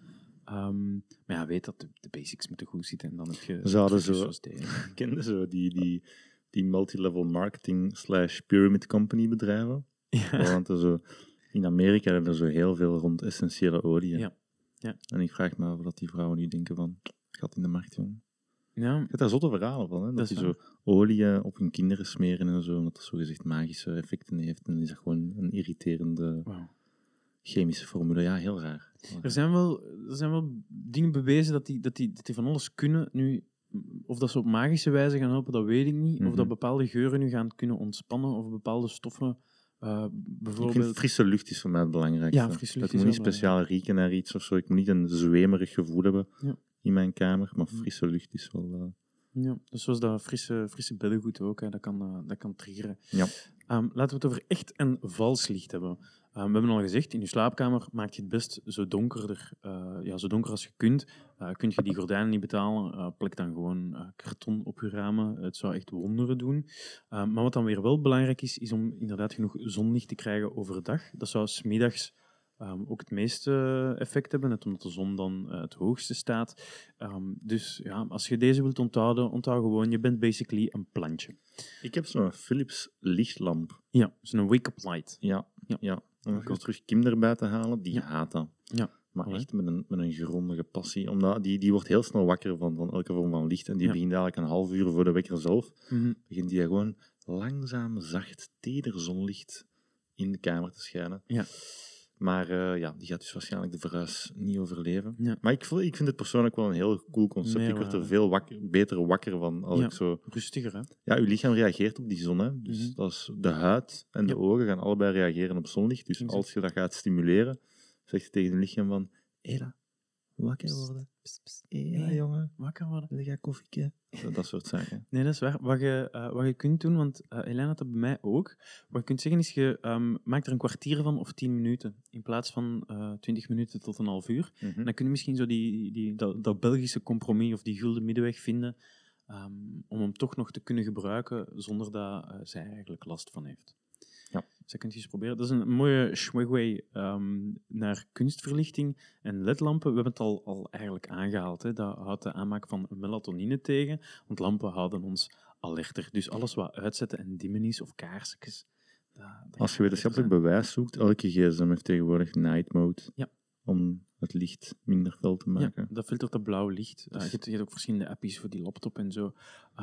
Maar ja, weet dat de basics moeten goed zitten en dan heb je... Zouden zo... Kende zo die multilevel marketing / pyramid company bedrijven? Ja. Want zo, in Amerika hebben er zo heel veel rond essentiële oliën. Ja. Ja. En ik vraag me af dat die vrouwen nu denken van, gaat in de markt, jongen. Ja. Je hebt daar zotte verhalen van, hè? Dat die zo olie op hun kinderen smeren en zo, omdat dat zogezegd magische effecten heeft. En dan is dat gewoon een irriterende chemische formule. Ja, heel raar. Er zijn wel dingen bewezen dat die van alles kunnen. Nu, of dat ze op magische wijze gaan helpen, dat weet ik niet. Mm-hmm. Of dat bepaalde geuren nu gaan kunnen ontspannen, of bepaalde stoffen... bijvoorbeeld... Ik vind frisse lucht is voor mij het belangrijkste. Ja, frisse lucht het moet niet speciaal rieken naar iets of zo. Ik moet niet een zwemerig gevoel hebben in mijn kamer, maar frisse lucht is wel... Ja, dus zoals dat frisse beddengoed ook, hè, dat kan triggeren. Ja. Laten we het over echt en vals licht hebben. We hebben al gezegd, in je slaapkamer maak je het best zo donker als je kunt. Kun je die gordijnen niet betalen, plek dan gewoon karton op je ramen. Het zou echt wonderen doen. Maar wat dan weer wel belangrijk is om inderdaad genoeg zonlicht te krijgen overdag. Dat zou 's middags ook het meeste effect hebben, net omdat de zon dan het hoogste staat. Dus ja, als je deze wilt onthouden, onthoud gewoon, je bent basically een plantje. Ik heb zo'n Philips lichtlamp. Ja, zo'n wake-up light. Ja. Om even terug Kim erbij te halen, die haat dat. Ja. Maar echt met een grondige passie. Omdat die wordt heel snel wakker van elke vorm van licht. En die begint eigenlijk een half uur voor de wekker zelf. Begint die gewoon langzaam, zacht, teder zonlicht in de kamer te schijnen. Ja. Maar die gaat dus waarschijnlijk de verhuis niet overleven. Ja. Maar ik vind het persoonlijk wel een heel cool concept. Ik word er veel beter wakker van als ik zo... Rustiger, hè? Ja, uw lichaam reageert op die zon. Hè? Dus dat is de huid en de ogen gaan allebei reageren op zonlicht. Dus als je dat gaat stimuleren, zeg je tegen je lichaam van... Hela, wakker worden. Ja, jongen. Wakker worden. Wil je koffieke? Dat soort zaken. Nee, dat is waar. Wat je kunt doen, want Helene had dat bij mij ook. Wat je kunt zeggen is, je maakt er een kwartier van of 10 minuten. In plaats van 20 minuten tot een half uur. En dan kun je misschien zo dat Belgische compromis of die gulden middenweg vinden om hem toch nog te kunnen gebruiken zonder dat zij eigenlijk last van heeft. Ja. Dus dat kun je eens proberen. Dat is een mooie swagway naar kunstverlichting en ledlampen. We hebben het al eigenlijk aangehaald. Hè. Dat houdt de aanmaak van melatonine tegen, want lampen houden ons alerter. Dus alles wat uitzetten en dimmen is, of kaarsjes. Als je wetenschappelijk bewijs zoekt, elke gsm heeft tegenwoordig night mode. Ja. Om het licht minder fel te maken. Ja, dat filtert dat blauw licht. Je hebt ook verschillende apps voor die laptop en zo.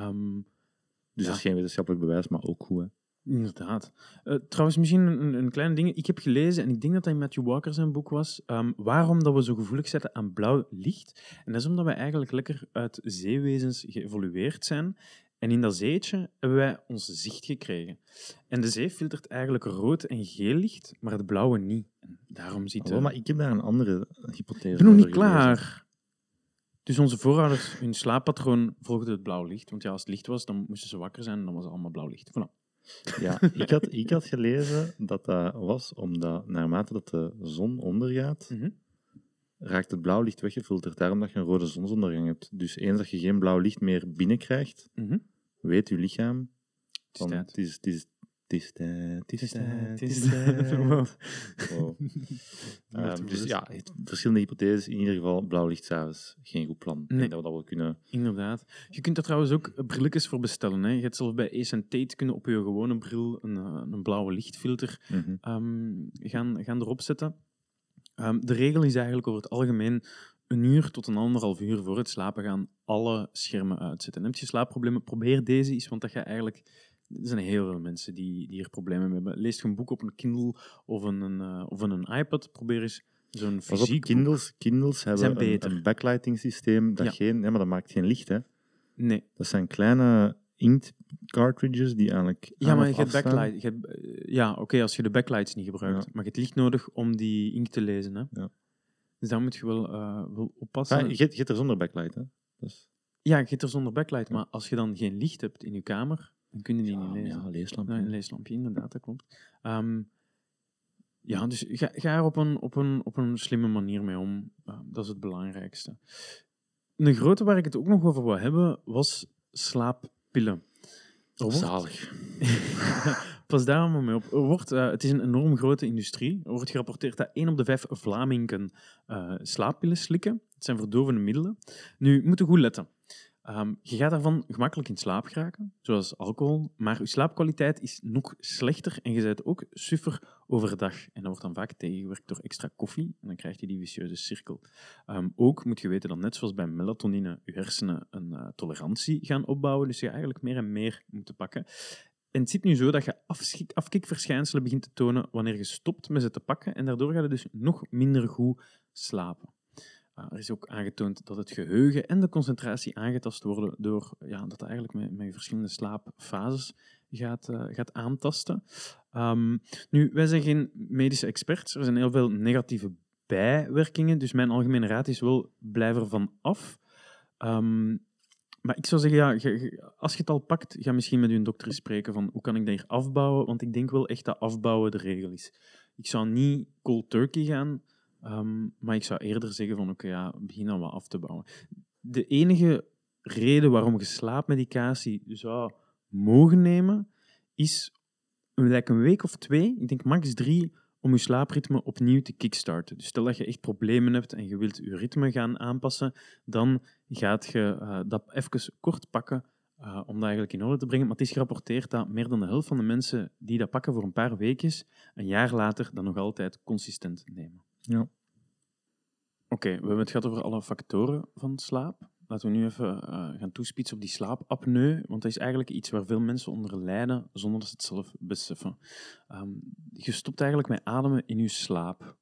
Dus dat is geen wetenschappelijk bewijs, maar ook goed, hè? Inderdaad. Trouwens, misschien een kleine ding. Ik heb gelezen, en ik denk dat dat in Matthew Walker zijn boek was, waarom dat we zo gevoelig zijn aan blauw licht. En dat is omdat wij eigenlijk lekker uit zeewezens geëvolueerd zijn. En in dat zeetje hebben wij onze zicht gekregen. En de zee filtert eigenlijk rood en geel licht, maar het blauwe niet. En daarom ziet... maar ik heb daar een andere hypothese. Ik ben nog niet klaar. Dus onze voorouders, hun slaappatroon volgde het blauw licht. Want ja, als het licht was, dan moesten ze wakker zijn en dan was het allemaal blauw licht. Voilà. Ja, ik had gelezen dat dat was omdat naarmate dat de zon ondergaat, raakt het blauw licht weggefilterd. Daarom dat je een rode zonsondergang hebt. Dus eens dat je geen blauw licht meer binnenkrijgt, weet je lichaam van het is tijd. Wow. Dus ja, verschillende hypotheses. In ieder geval, blauw licht 's avonds geen goed plan. Ik denk dat we dat wel kunnen... Inderdaad. Je kunt daar trouwens ook brilletjes voor bestellen. Hè. Je hebt zelfs bij Ace & Tate kunnen op je gewone bril een blauwe lichtfilter gaan erop zetten. De regel is eigenlijk over het algemeen 1 uur tot 1,5 uur voor het slapen gaan alle schermen uitzetten. En heb je slaapproblemen, probeer deze eens, want dat ga eigenlijk... Er zijn heel veel mensen die hier problemen mee hebben. Lees een boek op een Kindle of een iPad. Probeer eens zo'n fysiek Kindles hebben een backlighting systeem dat maar dat maakt geen licht, hè? Nee. Dat zijn kleine cartridges die eigenlijk Ja, maar je hebt backlight. Oké, als je de backlights niet gebruikt. Ja. Maar je hebt licht nodig om die inkt te lezen. Hè? Ja. Dus daar moet je wel oppassen. Je hebt er zonder backlight, hè? Dus... Ja, je hebt er zonder backlight. Maar als je dan geen licht hebt in je kamer, dan kun je die niet lezen. Ja, een leeslampje. Een leeslampje, inderdaad, dat klopt. Dus ga er op een slimme manier mee om. Dat is het belangrijkste. Een grote waar ik het ook nog over wou hebben, was slaappillen. Zalig. Pas daar allemaal mee op. Het is een enorm grote industrie. Er wordt gerapporteerd dat 1 op de 5 Vlamingen slaappillen slikken. Het zijn verdovende middelen. Nu, je moet goed letten. Je gaat daarvan gemakkelijk in slaap geraken, zoals alcohol, maar je slaapkwaliteit is nog slechter en je bent ook suffer overdag. En dat wordt dan vaak tegengewerkt door extra koffie en dan krijg je die vicieuze cirkel. Ook moet je weten dat net zoals bij melatonine je hersenen een tolerantie gaan opbouwen, dus je eigenlijk meer en meer moet pakken. En het zit nu zo dat je afkikverschijnselen begint te tonen wanneer je stopt met ze te pakken en daardoor ga je dus nog minder goed slapen. Er is ook aangetoond dat het geheugen en de concentratie aangetast worden door dat het eigenlijk met verschillende slaapfases gaat aantasten. Nu, wij zijn geen medische experts. Er zijn heel veel negatieve bijwerkingen, dus mijn algemene raad is wel, blijf ervan af. Maar ik zou zeggen, als je het al pakt, ga misschien met je dokter spreken van hoe kan ik dat hier afbouwen, want ik denk wel echt dat afbouwen de regel is. Ik zou niet cold turkey gaan, maar ik zou eerder zeggen van begin dan wat af te bouwen. De enige reden waarom je slaapmedicatie zou mogen nemen, is een week of 2, ik denk max 3, om je slaapritme opnieuw te kickstarten. Dus stel dat je echt problemen hebt en je wilt je ritme gaan aanpassen, dan gaat je dat even kort pakken om dat eigenlijk in orde te brengen. Maar het is gerapporteerd dat meer dan de helft van de mensen die dat pakken voor een paar weekjes, een jaar later dat nog altijd consistent nemen. Ja. Oké, we hebben het gehad over alle factoren van slaap. Laten we nu even gaan toespitsen op die slaapapneu, want dat is eigenlijk iets waar veel mensen onder lijden, zonder dat ze het zelf beseffen. Je stopt eigenlijk met ademen in je slaap.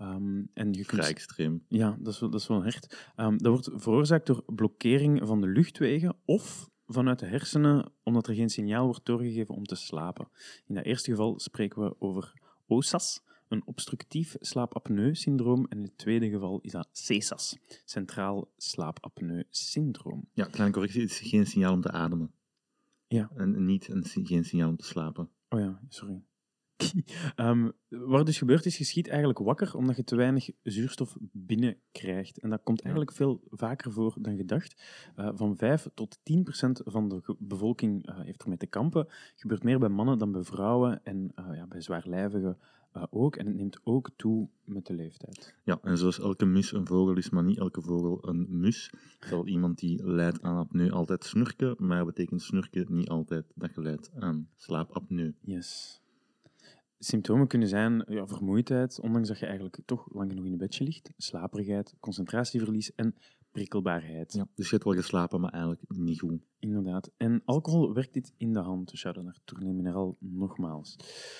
En je Vrij extreem. Ja, dat is wel hard. Dat wordt veroorzaakt door blokkering van de luchtwegen of vanuit de hersenen, omdat er geen signaal wordt doorgegeven om te slapen. In dat eerste geval spreken we over OSAS, een obstructief slaapapneu-syndroom. En in het tweede geval is dat CSAS, centraal slaapapneu-syndroom. Ja, kleine correctie, het is geen signaal om te ademen. Ja. En geen signaal om te slapen. Oh ja, sorry. Wat dus gebeurt is, je schiet eigenlijk wakker omdat je te weinig zuurstof binnenkrijgt. En dat komt eigenlijk veel vaker voor dan gedacht. Van 5 tot 10% van de bevolking heeft ermee te kampen. Gebeurt meer bij mannen dan bij vrouwen en bij zwaarlijvigen ook. En het neemt ook toe met de leeftijd. Ja, en zoals elke mus een vogel is, maar niet elke vogel een mus, zal iemand die lijdt aan apneu altijd snurken, maar betekent snurken niet altijd dat je lijdt aan slaapapneu. Yes. Symptomen kunnen zijn vermoeidheid, ondanks dat je eigenlijk toch lang genoeg in je bedje ligt, slaperigheid, concentratieverlies en prikkelbaarheid. Ja, dus je hebt wel geslapen, maar eigenlijk niet goed. Inderdaad. En alcohol werkt dit in de hand. Dus shout-out naar Tournee Mineral nogmaals.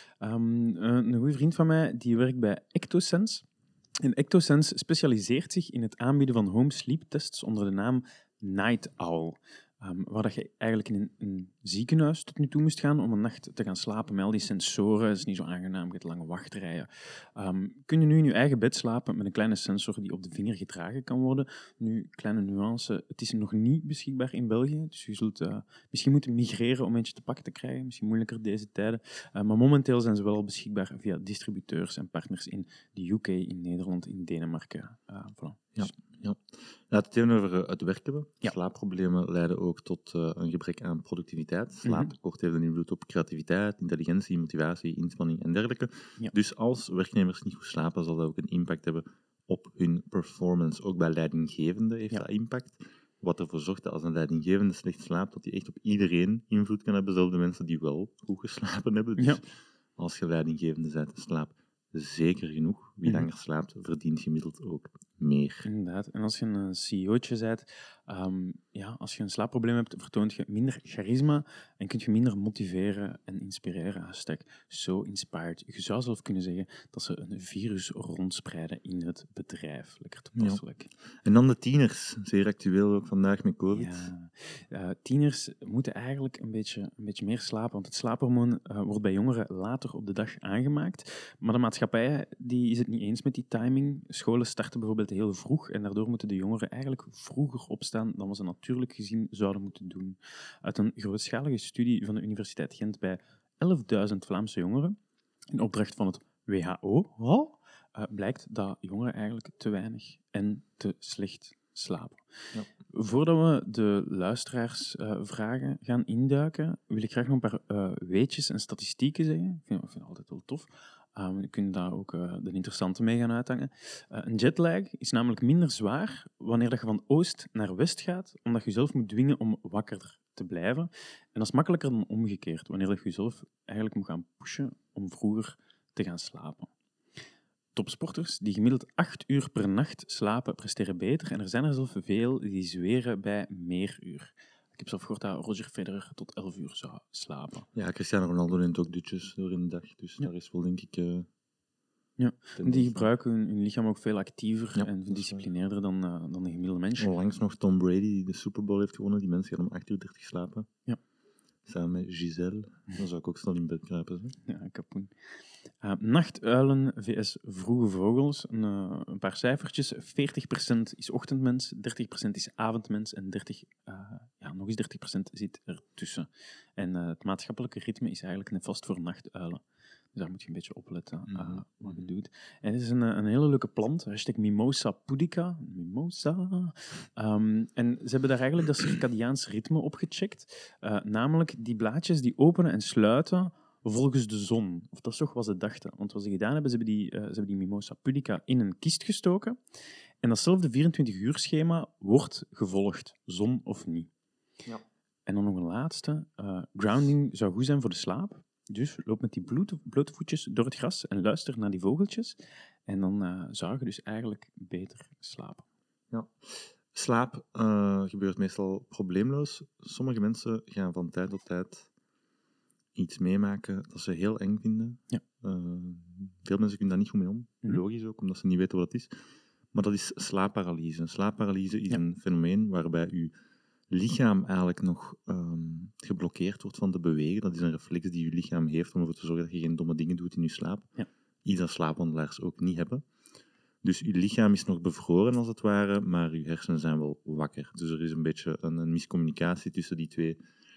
Een goede vriend van mij die werkt bij Ectosense. En Ectosense specialiseert zich in het aanbieden van home sleep tests onder de naam Night Owl. Waar dat je eigenlijk in een ziekenhuis tot nu toe moest gaan om een nacht te gaan slapen met al die sensoren. Dat is niet zo aangenaam, je hebt lange wachtrijen. Kun je nu in je eigen bed slapen met een kleine sensor die op de vinger gedragen kan worden. Nu, kleine nuance, het is nog niet beschikbaar in België, dus je zult misschien moeten migreren om eentje te pakken te krijgen. Misschien moeilijker deze tijden. Maar momenteel zijn ze wel al beschikbaar via distributeurs en partners in de UK, in Nederland, in Denemarken. Voilà. Ja. Ja. Laten we het even over het werk hebben. Ja. Slaapproblemen leiden ook tot een gebrek aan productiviteit. Slaaptekort heeft een invloed op creativiteit, intelligentie, motivatie, inspanning en dergelijke. Ja. Dus als werknemers niet goed slapen, zal dat ook een impact hebben op hun performance. Ook bij leidinggevenden heeft dat impact. Wat ervoor zorgt dat als een leidinggevende slecht slaapt, dat hij echt op iedereen invloed kan hebben, zelfs de mensen die wel goed geslapen hebben. Dus als je leidinggevende bent, slaap zeker genoeg. Wie langer slaapt, verdient gemiddeld ook meer. Inderdaad. En als je een CEO'tje bent, als je een slaapprobleem hebt, vertoont je minder charisma en kun je minder motiveren en inspireren. #so inspired. Je zou zelf kunnen zeggen dat ze een virus rondspreiden in het bedrijf. Lekker toepasselijk. Ja. En dan de tieners. Zeer actueel ook vandaag met COVID. Ja. Tieners moeten eigenlijk een beetje meer slapen, want het slaaphormoon wordt bij jongeren later op de dag aangemaakt. Maar de maatschappij die is het niet eens met die timing. Scholen starten bijvoorbeeld heel vroeg en daardoor moeten de jongeren eigenlijk vroeger opstaan dan we ze natuurlijk gezien zouden moeten doen. Uit een grootschalige studie van de Universiteit Gent bij 11.000 Vlaamse jongeren, in opdracht van het WHO, blijkt dat jongeren eigenlijk te weinig en te slecht slapen. Ja. Voordat we de luisteraars vragen gaan induiken, wil ik graag nog een paar weetjes en statistieken zeggen. Ik vind het altijd wel tof. Je kunt daar ook de interessante mee gaan uithangen. Een jetlag is namelijk minder zwaar wanneer dat je van oost naar west gaat, omdat je jezelf moet dwingen om wakker te blijven. En dat is makkelijker dan omgekeerd, wanneer je jezelf eigenlijk moet gaan pushen om vroeger te gaan slapen. Topsporters die gemiddeld 8 uur per nacht slapen, presteren beter. En er zijn er zelfs veel die zweren bij meer uur. Ik heb zelf gehoord dat Roger Federer tot 11 uur zou slapen. Ja, Cristiano Ronaldo neemt ook dutjes door in de dag. Dus daar is wel, denk ik... Die gebruiken hun lichaam ook veel actiever en gedisciplineerder dan de gemiddelde mens. Onlangs nog Tom Brady, die de Super Bowl heeft gewonnen. Die mensen gaan om 8:30 slapen. Ja. Samen met Giselle. Dan zou ik ook snel in bed kruipen. Zo. Ja, kapoen. Nachtuilen vs vroege vogels. Een paar cijfertjes. 40% is ochtendmens, 30% is avondmens en nog eens 30% zit ertussen. En het maatschappelijke ritme is eigenlijk nefast voor nachtuilen. Dus daar moet je een beetje opletten wat je doet. En het is een hele leuke plant, #Mimosa pudica. Mimosa. En ze hebben daar eigenlijk dat circadiaans ritme op gecheckt. Namelijk die blaadjes die openen en sluiten volgens de zon. Of dat is toch wat ze dachten. Want wat ze gedaan hebben, ze hebben die Mimosa pudica in een kist gestoken. En datzelfde 24-uur-schema wordt gevolgd, zon of niet. Ja. En dan nog een laatste. Grounding zou goed zijn voor de slaap. Dus loop met die blote voetjes door het gras en luister naar die vogeltjes. En dan zou je dus eigenlijk beter slapen. Ja. Slaap gebeurt meestal probleemloos. Sommige mensen gaan van tijd tot tijd iets meemaken dat ze heel eng vinden. Ja. Veel mensen kunnen daar niet goed mee om. Logisch ook, omdat ze niet weten wat het is. Maar dat is slaapparalyse. Slaapparalyse is een fenomeen waarbij je lichaam eigenlijk nog geblokkeerd wordt van te bewegen. Dat is een reflex die je lichaam heeft om ervoor te zorgen dat je geen domme dingen doet in je slaap. Ja. Iets dat slaapwandelaars ook niet hebben. Dus je lichaam is nog bevroren, als het ware, maar je hersenen zijn wel wakker. Dus er is een beetje een miscommunicatie tussen die twee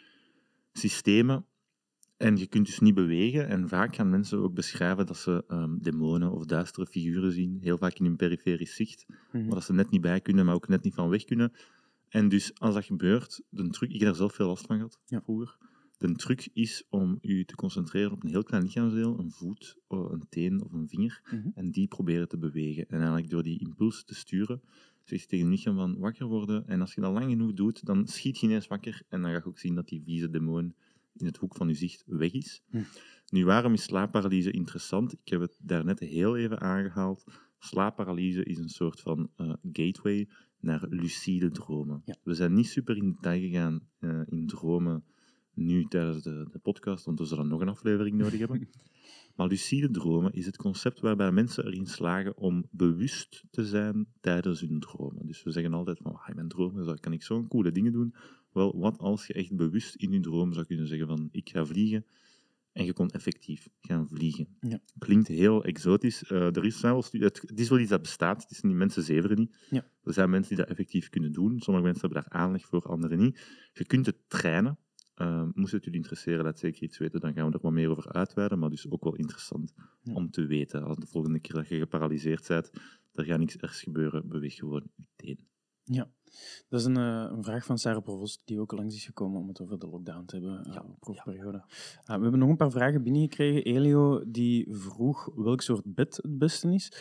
systemen. En je kunt dus niet bewegen. En vaak gaan mensen ook beschrijven dat ze demonen of duistere figuren zien, heel vaak in hun periferisch zicht, maar dat ze net niet bij kunnen, maar ook net niet van weg kunnen. En dus als dat gebeurt, de truc, ik heb daar zelf veel last van gehad vroeger. De truc is om je te concentreren op een heel klein lichaamsdeel, een voet, een teen of een vinger, en die proberen te bewegen. En eigenlijk door die impulsen te sturen, zeg je tegen je lichaam van wakker worden. En als je dat lang genoeg doet, dan schiet je ineens wakker en dan ga je ook zien dat die vieze demon in het hoek van je zicht weg is. Nu, waarom is slaapparalyse interessant? Ik heb het daarnet heel even aangehaald. Slaapparalyse is een soort van gateway naar lucide dromen. Ja. We zijn niet super in detail gegaan in dromen nu tijdens de podcast, want we zullen nog een aflevering nodig hebben. Maar lucide dromen is het concept waarbij mensen erin slagen om bewust te zijn tijdens hun dromen. Dus we zeggen altijd van, in mijn dromen kan ik zo'n coole dingen doen. Wel, wat als je echt bewust in je droom zou kunnen zeggen van, ik ga vliegen, en je kon effectief gaan vliegen. Ja. Klinkt heel exotisch. Het is wel iets dat bestaat. Het is niet, mensen zeveren niet. Ja. Er zijn mensen die dat effectief kunnen doen. Sommige mensen hebben daar aanleg voor, anderen niet. Je kunt het trainen. Moest het jullie interesseren, laat zeker iets weten. Dan gaan we er wat meer over uitweiden. Maar dus ook wel interessant om te weten. Als de volgende keer dat je geparalyseerd bent, er gaat niks ergs gebeuren. Beweeg gewoon je teen. Ja, dat is een vraag van Sarah Provost, die ook langs is gekomen om het over de lockdown te hebben, proefperiode. We hebben nog een paar vragen binnengekregen. Elio die vroeg welk soort bed het beste is.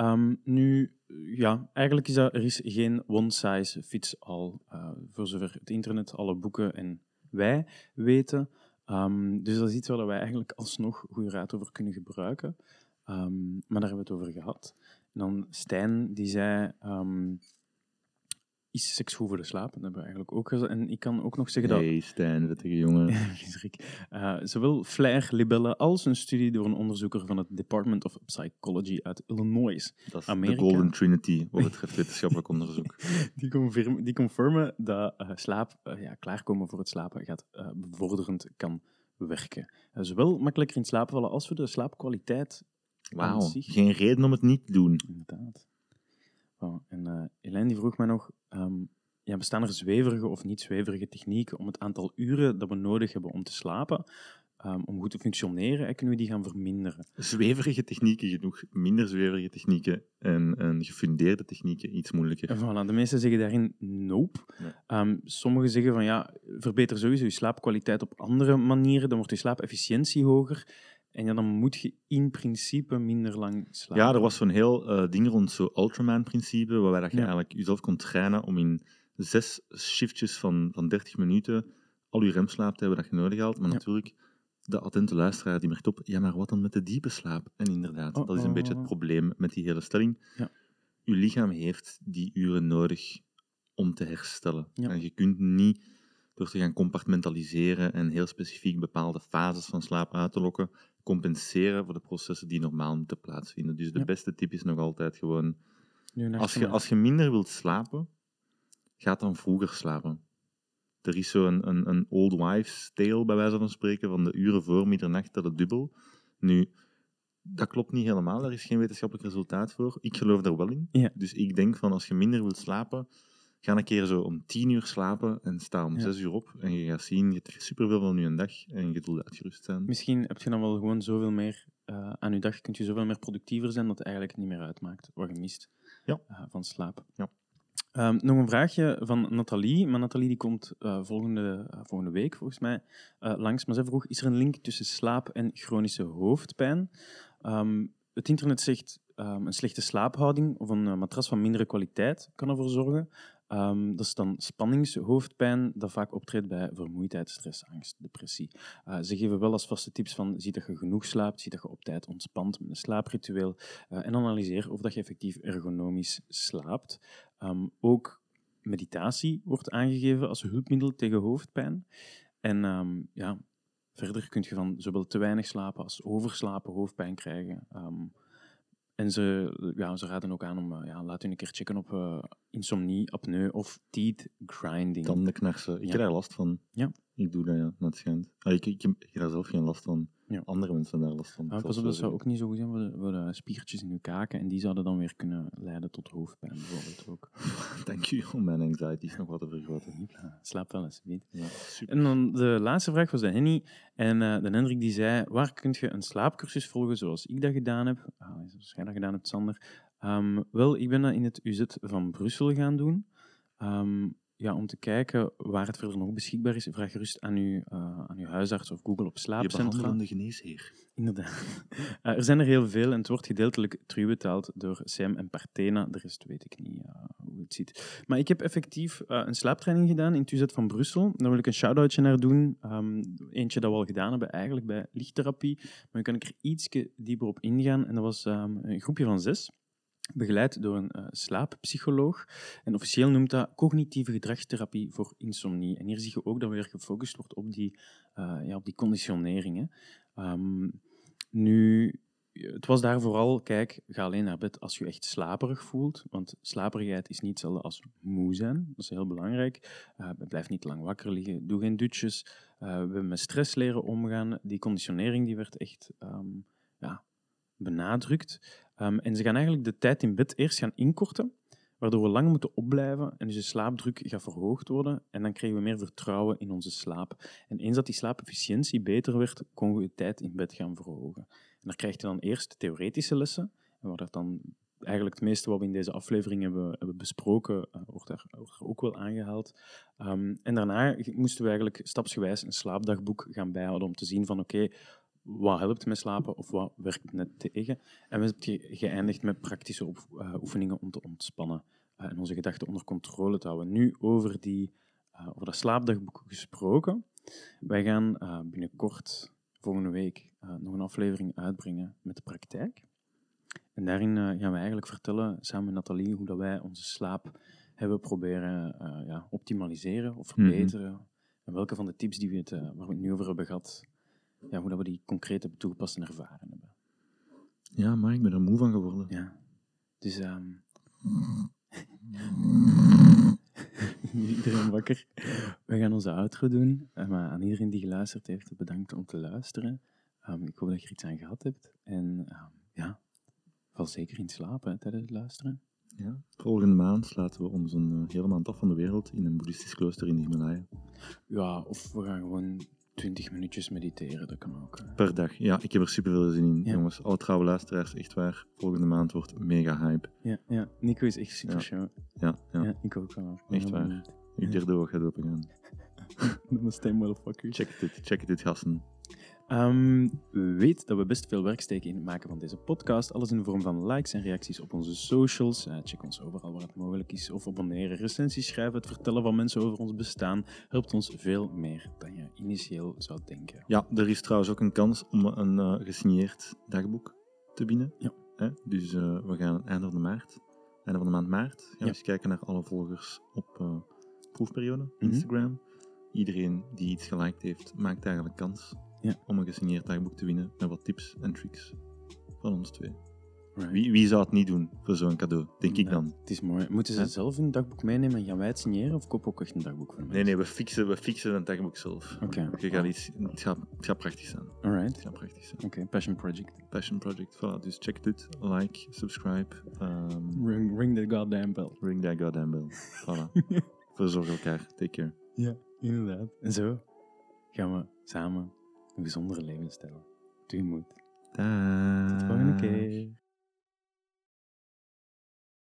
Eigenlijk is er is geen one size fits all, voor zover het internet, alle boeken en wij weten. Dus dat is iets waar wij eigenlijk alsnog goede raad over kunnen gebruiken. Maar daar hebben we het over gehad. En dan Stijn, die zei... is seks goed voor de slaap? Dat hebben we eigenlijk ook gezegd. En ik kan ook nog zeggen dat... Hey Stijn, vettige jongen. Zowel Flair, libellen als een studie door een onderzoeker van het Department of Psychology uit Illinois, Dat is Amerika. de Golden Trinity wat betreft wetenschappelijk onderzoek. Die confirmen dat klaarkomen voor het slapen bevorderend kan werken. Zowel makkelijker in slaap vallen als voor de slaapkwaliteit. Wauw, geen reden om het niet te doen. Inderdaad. En Elaine die vroeg mij nog, bestaan er zweverige of niet zweverige technieken om het aantal uren dat we nodig hebben om te slapen, om goed te functioneren, en kunnen we die gaan verminderen? Zweverige technieken genoeg, minder zweverige technieken en gefundeerde technieken iets moeilijker. En voilà, de meesten zeggen daarin nope. Ja. Sommigen zeggen van verbeter sowieso je slaapkwaliteit op andere manieren, dan wordt je slaapefficiëntie hoger. En dan moet je in principe minder lang slapen. Ja, er was zo'n heel ding rond zo'n Ultraman-principe, waarbij dat je eigenlijk jezelf kon trainen om in 6 shiftjes van 30 minuten al je remslaap te hebben dat je nodig had. Maar natuurlijk, de attente luisteraar die merkt op, ja, maar wat dan met de diepe slaap? En inderdaad, dat is een beetje het probleem met die hele stelling. Ja. Je lichaam heeft die uren nodig om te herstellen. Ja. En je kunt niet, door te gaan compartmentaliseren en heel specifiek bepaalde fases van slaap uit te lokken, compenseren voor de processen die normaal moeten plaatsvinden. Dus de beste tip is nog altijd gewoon... Als je minder wilt slapen, ga dan vroeger slapen. Er is zo een old wives' tale, bij wijze van spreken, van de uren voor middernacht dat het dubbel. Nu, dat klopt niet helemaal, daar is geen wetenschappelijk resultaat voor. Ik geloof daar wel in. Ja. Dus ik denk van, als je minder wilt slapen, ga een keer zo om 10 uur slapen en sta om 6 uur op. En je gaat zien, je hebt superveel van je dag en je zult uitgerust zijn. Misschien heb je dan wel gewoon zoveel meer aan je dag, kun je zoveel meer productiever zijn dat het eigenlijk niet meer uitmaakt wat je mist van slaap. Ja. Nog een vraagje van Nathalie. Maar Nathalie die komt volgende week volgens mij langs. Maar zij vroeg, is er een link tussen slaap en chronische hoofdpijn? Het internet zegt een slechte slaaphouding of een matras van mindere kwaliteit kan ervoor zorgen. Dat is dan spanningshoofdpijn dat vaak optreedt bij vermoeidheid, stress, angst, depressie. Ze geven wel als vaste tips van zie dat je genoeg slaapt, zie dat je op tijd ontspant met een slaapritueel en analyseer of dat je effectief ergonomisch slaapt. Ook meditatie wordt aangegeven als hulpmiddel tegen hoofdpijn. En verder kun je van zowel te weinig slapen als overslapen hoofdpijn krijgen. En ze raden ook aan om, laat u een keer checken op insomnie, apneu of teeth grinding. Tandenknarsen. Ik heb daar last van. Ja. Ik doe dat, net schijnt. Ik heb daar zelf geen last van. Ja. Andere mensen hebben daar last van. Pas op, dat zou ook niet zo goed zijn voor de spiertjes in uw kaken. En die zouden dan weer kunnen leiden tot hoofdpijn, bijvoorbeeld ook. Dank u om mijn anxieties nog wat te vergroten. Slaap wel eens, weet. Ja, super. En dan de laatste vraag was de Henny. En de Hendrik die zei, waar kun je een slaapcursus volgen zoals ik dat gedaan heb? Zoals jij dat gedaan hebt, Sander. Wel, ik ben dat in het UZ van Brussel gaan doen. Om te kijken waar het verder nog beschikbaar is. Vraag gerust aan uw huisarts of Google op slaapcentra. Je behandelende geneesheer. Inderdaad. Er zijn er heel veel en het wordt gedeeltelijk terugbetaald door SEM en Partena. De rest weet ik niet hoe het zit. Maar ik heb effectief een slaaptraining gedaan in het UZ van Brussel. Daar wil ik een shout-outje naar doen. Eentje dat we al gedaan hebben eigenlijk bij lichttherapie. Maar dan kan ik er iets dieper op ingaan. En dat was een groepje van 6. Begeleid door een slaappsycholoog. En officieel noemt dat cognitieve gedragstherapie voor insomnie. En hier zie je ook dat weer gefocust wordt op die conditioneringen. Nu, het was daar vooral, kijk, ga alleen naar bed als je echt slaperig voelt. Want slaperigheid is niet hetzelfde als moe zijn. Dat is heel belangrijk. Blijf niet lang wakker liggen. Doe geen dutjes. We hebben met stress leren omgaan. Die conditionering die werd echt benadrukt. En ze gaan eigenlijk de tijd in bed eerst gaan inkorten, waardoor we lang moeten opblijven en dus de slaapdruk gaat verhoogd worden en dan krijgen we meer vertrouwen in onze slaap. En eens dat die slaapefficiëntie beter werd, konden we de tijd in bed gaan verhogen. En daar krijg je dan eerst theoretische lessen, en waar dat dan eigenlijk het meeste wat we in deze aflevering hebben besproken, wordt er ook wel aangehaald. En daarna moesten we eigenlijk stapsgewijs een slaapdagboek gaan bijhouden om te zien van oké, wat helpt met slapen of wat werkt net tegen. En we hebben geëindigd met praktische oefeningen om te ontspannen en onze gedachten onder controle te houden. Nu over dat slaapdagboek gesproken. Wij gaan binnenkort, volgende week, nog een aflevering uitbrengen met de praktijk. En daarin gaan we eigenlijk vertellen, samen met Nathalie, hoe dat wij onze slaap hebben proberen optimaliseren of verbeteren. En welke van de tips die waar we het nu over hebben gehad, hoe dat we die concreet hebben toegepast en ervaren hebben. Ja, maar ik ben er moe van geworden. Ja. Dus iedereen wakker. We gaan onze outro doen. Maar aan iedereen die geluisterd heeft, bedankt om te luisteren. Ik hoop dat je er iets aan gehad hebt. En val zeker in slaap tijdens het luisteren. Ja. Volgende maand laten we ons een hele maand af van de wereld in een boeddhistisch klooster in de Himalaya. Ja, of we gaan gewoon 20 minuutjes mediteren, dat kan ook. Per dag. Ja, ik heb er super veel zin in, jongens. Alle trouwe luisteraars, echt waar. Volgende maand wordt mega hype. Ja. Nico is echt super show. Ja, ik ook wel. Echt waar. Je derde oog gaat open gaan. Namaste, motherfuckers. Check dit, gasten. Weet dat we best veel werk steken in het maken van deze podcast. Alles in de vorm van likes en reacties op onze socials. Check ons overal waar het mogelijk is. Of abonneren, recensies schrijven, het vertellen van mensen over ons bestaan. Helpt ons veel meer dan je initieel zou denken. Ja, er is trouwens ook een kans om een gesigneerd dagboek te winnen. Ja. Dus we gaan einde van de maand maart, gaan we eens kijken naar alle volgers op proefperiode, Instagram. Iedereen die iets geliked heeft, maakt eigenlijk kans om een gesigneerd dagboek te winnen met wat tips en tricks van ons twee. Right. Wie zou het niet doen voor zo'n cadeau, denk ik dan? Het is mooi. Moeten ze zelf een dagboek meenemen en gaan wij het signeren of koop ook echt een dagboek voor mij? Nee, we fixen een dagboek zelf. Oké. Het gaat prachtig zijn. Alright. Het gaat prachtig zijn. Oké, Passion Project. Voilà. Dus check dit, like, subscribe. Ring the goddamn bell. Ring that goddamn bell. Voilà. Verzorg elkaar. Take care. Ja, inderdaad. En zo gaan we samen een gezondere levensstijl tegemoet. Daag. Tot de volgende keer.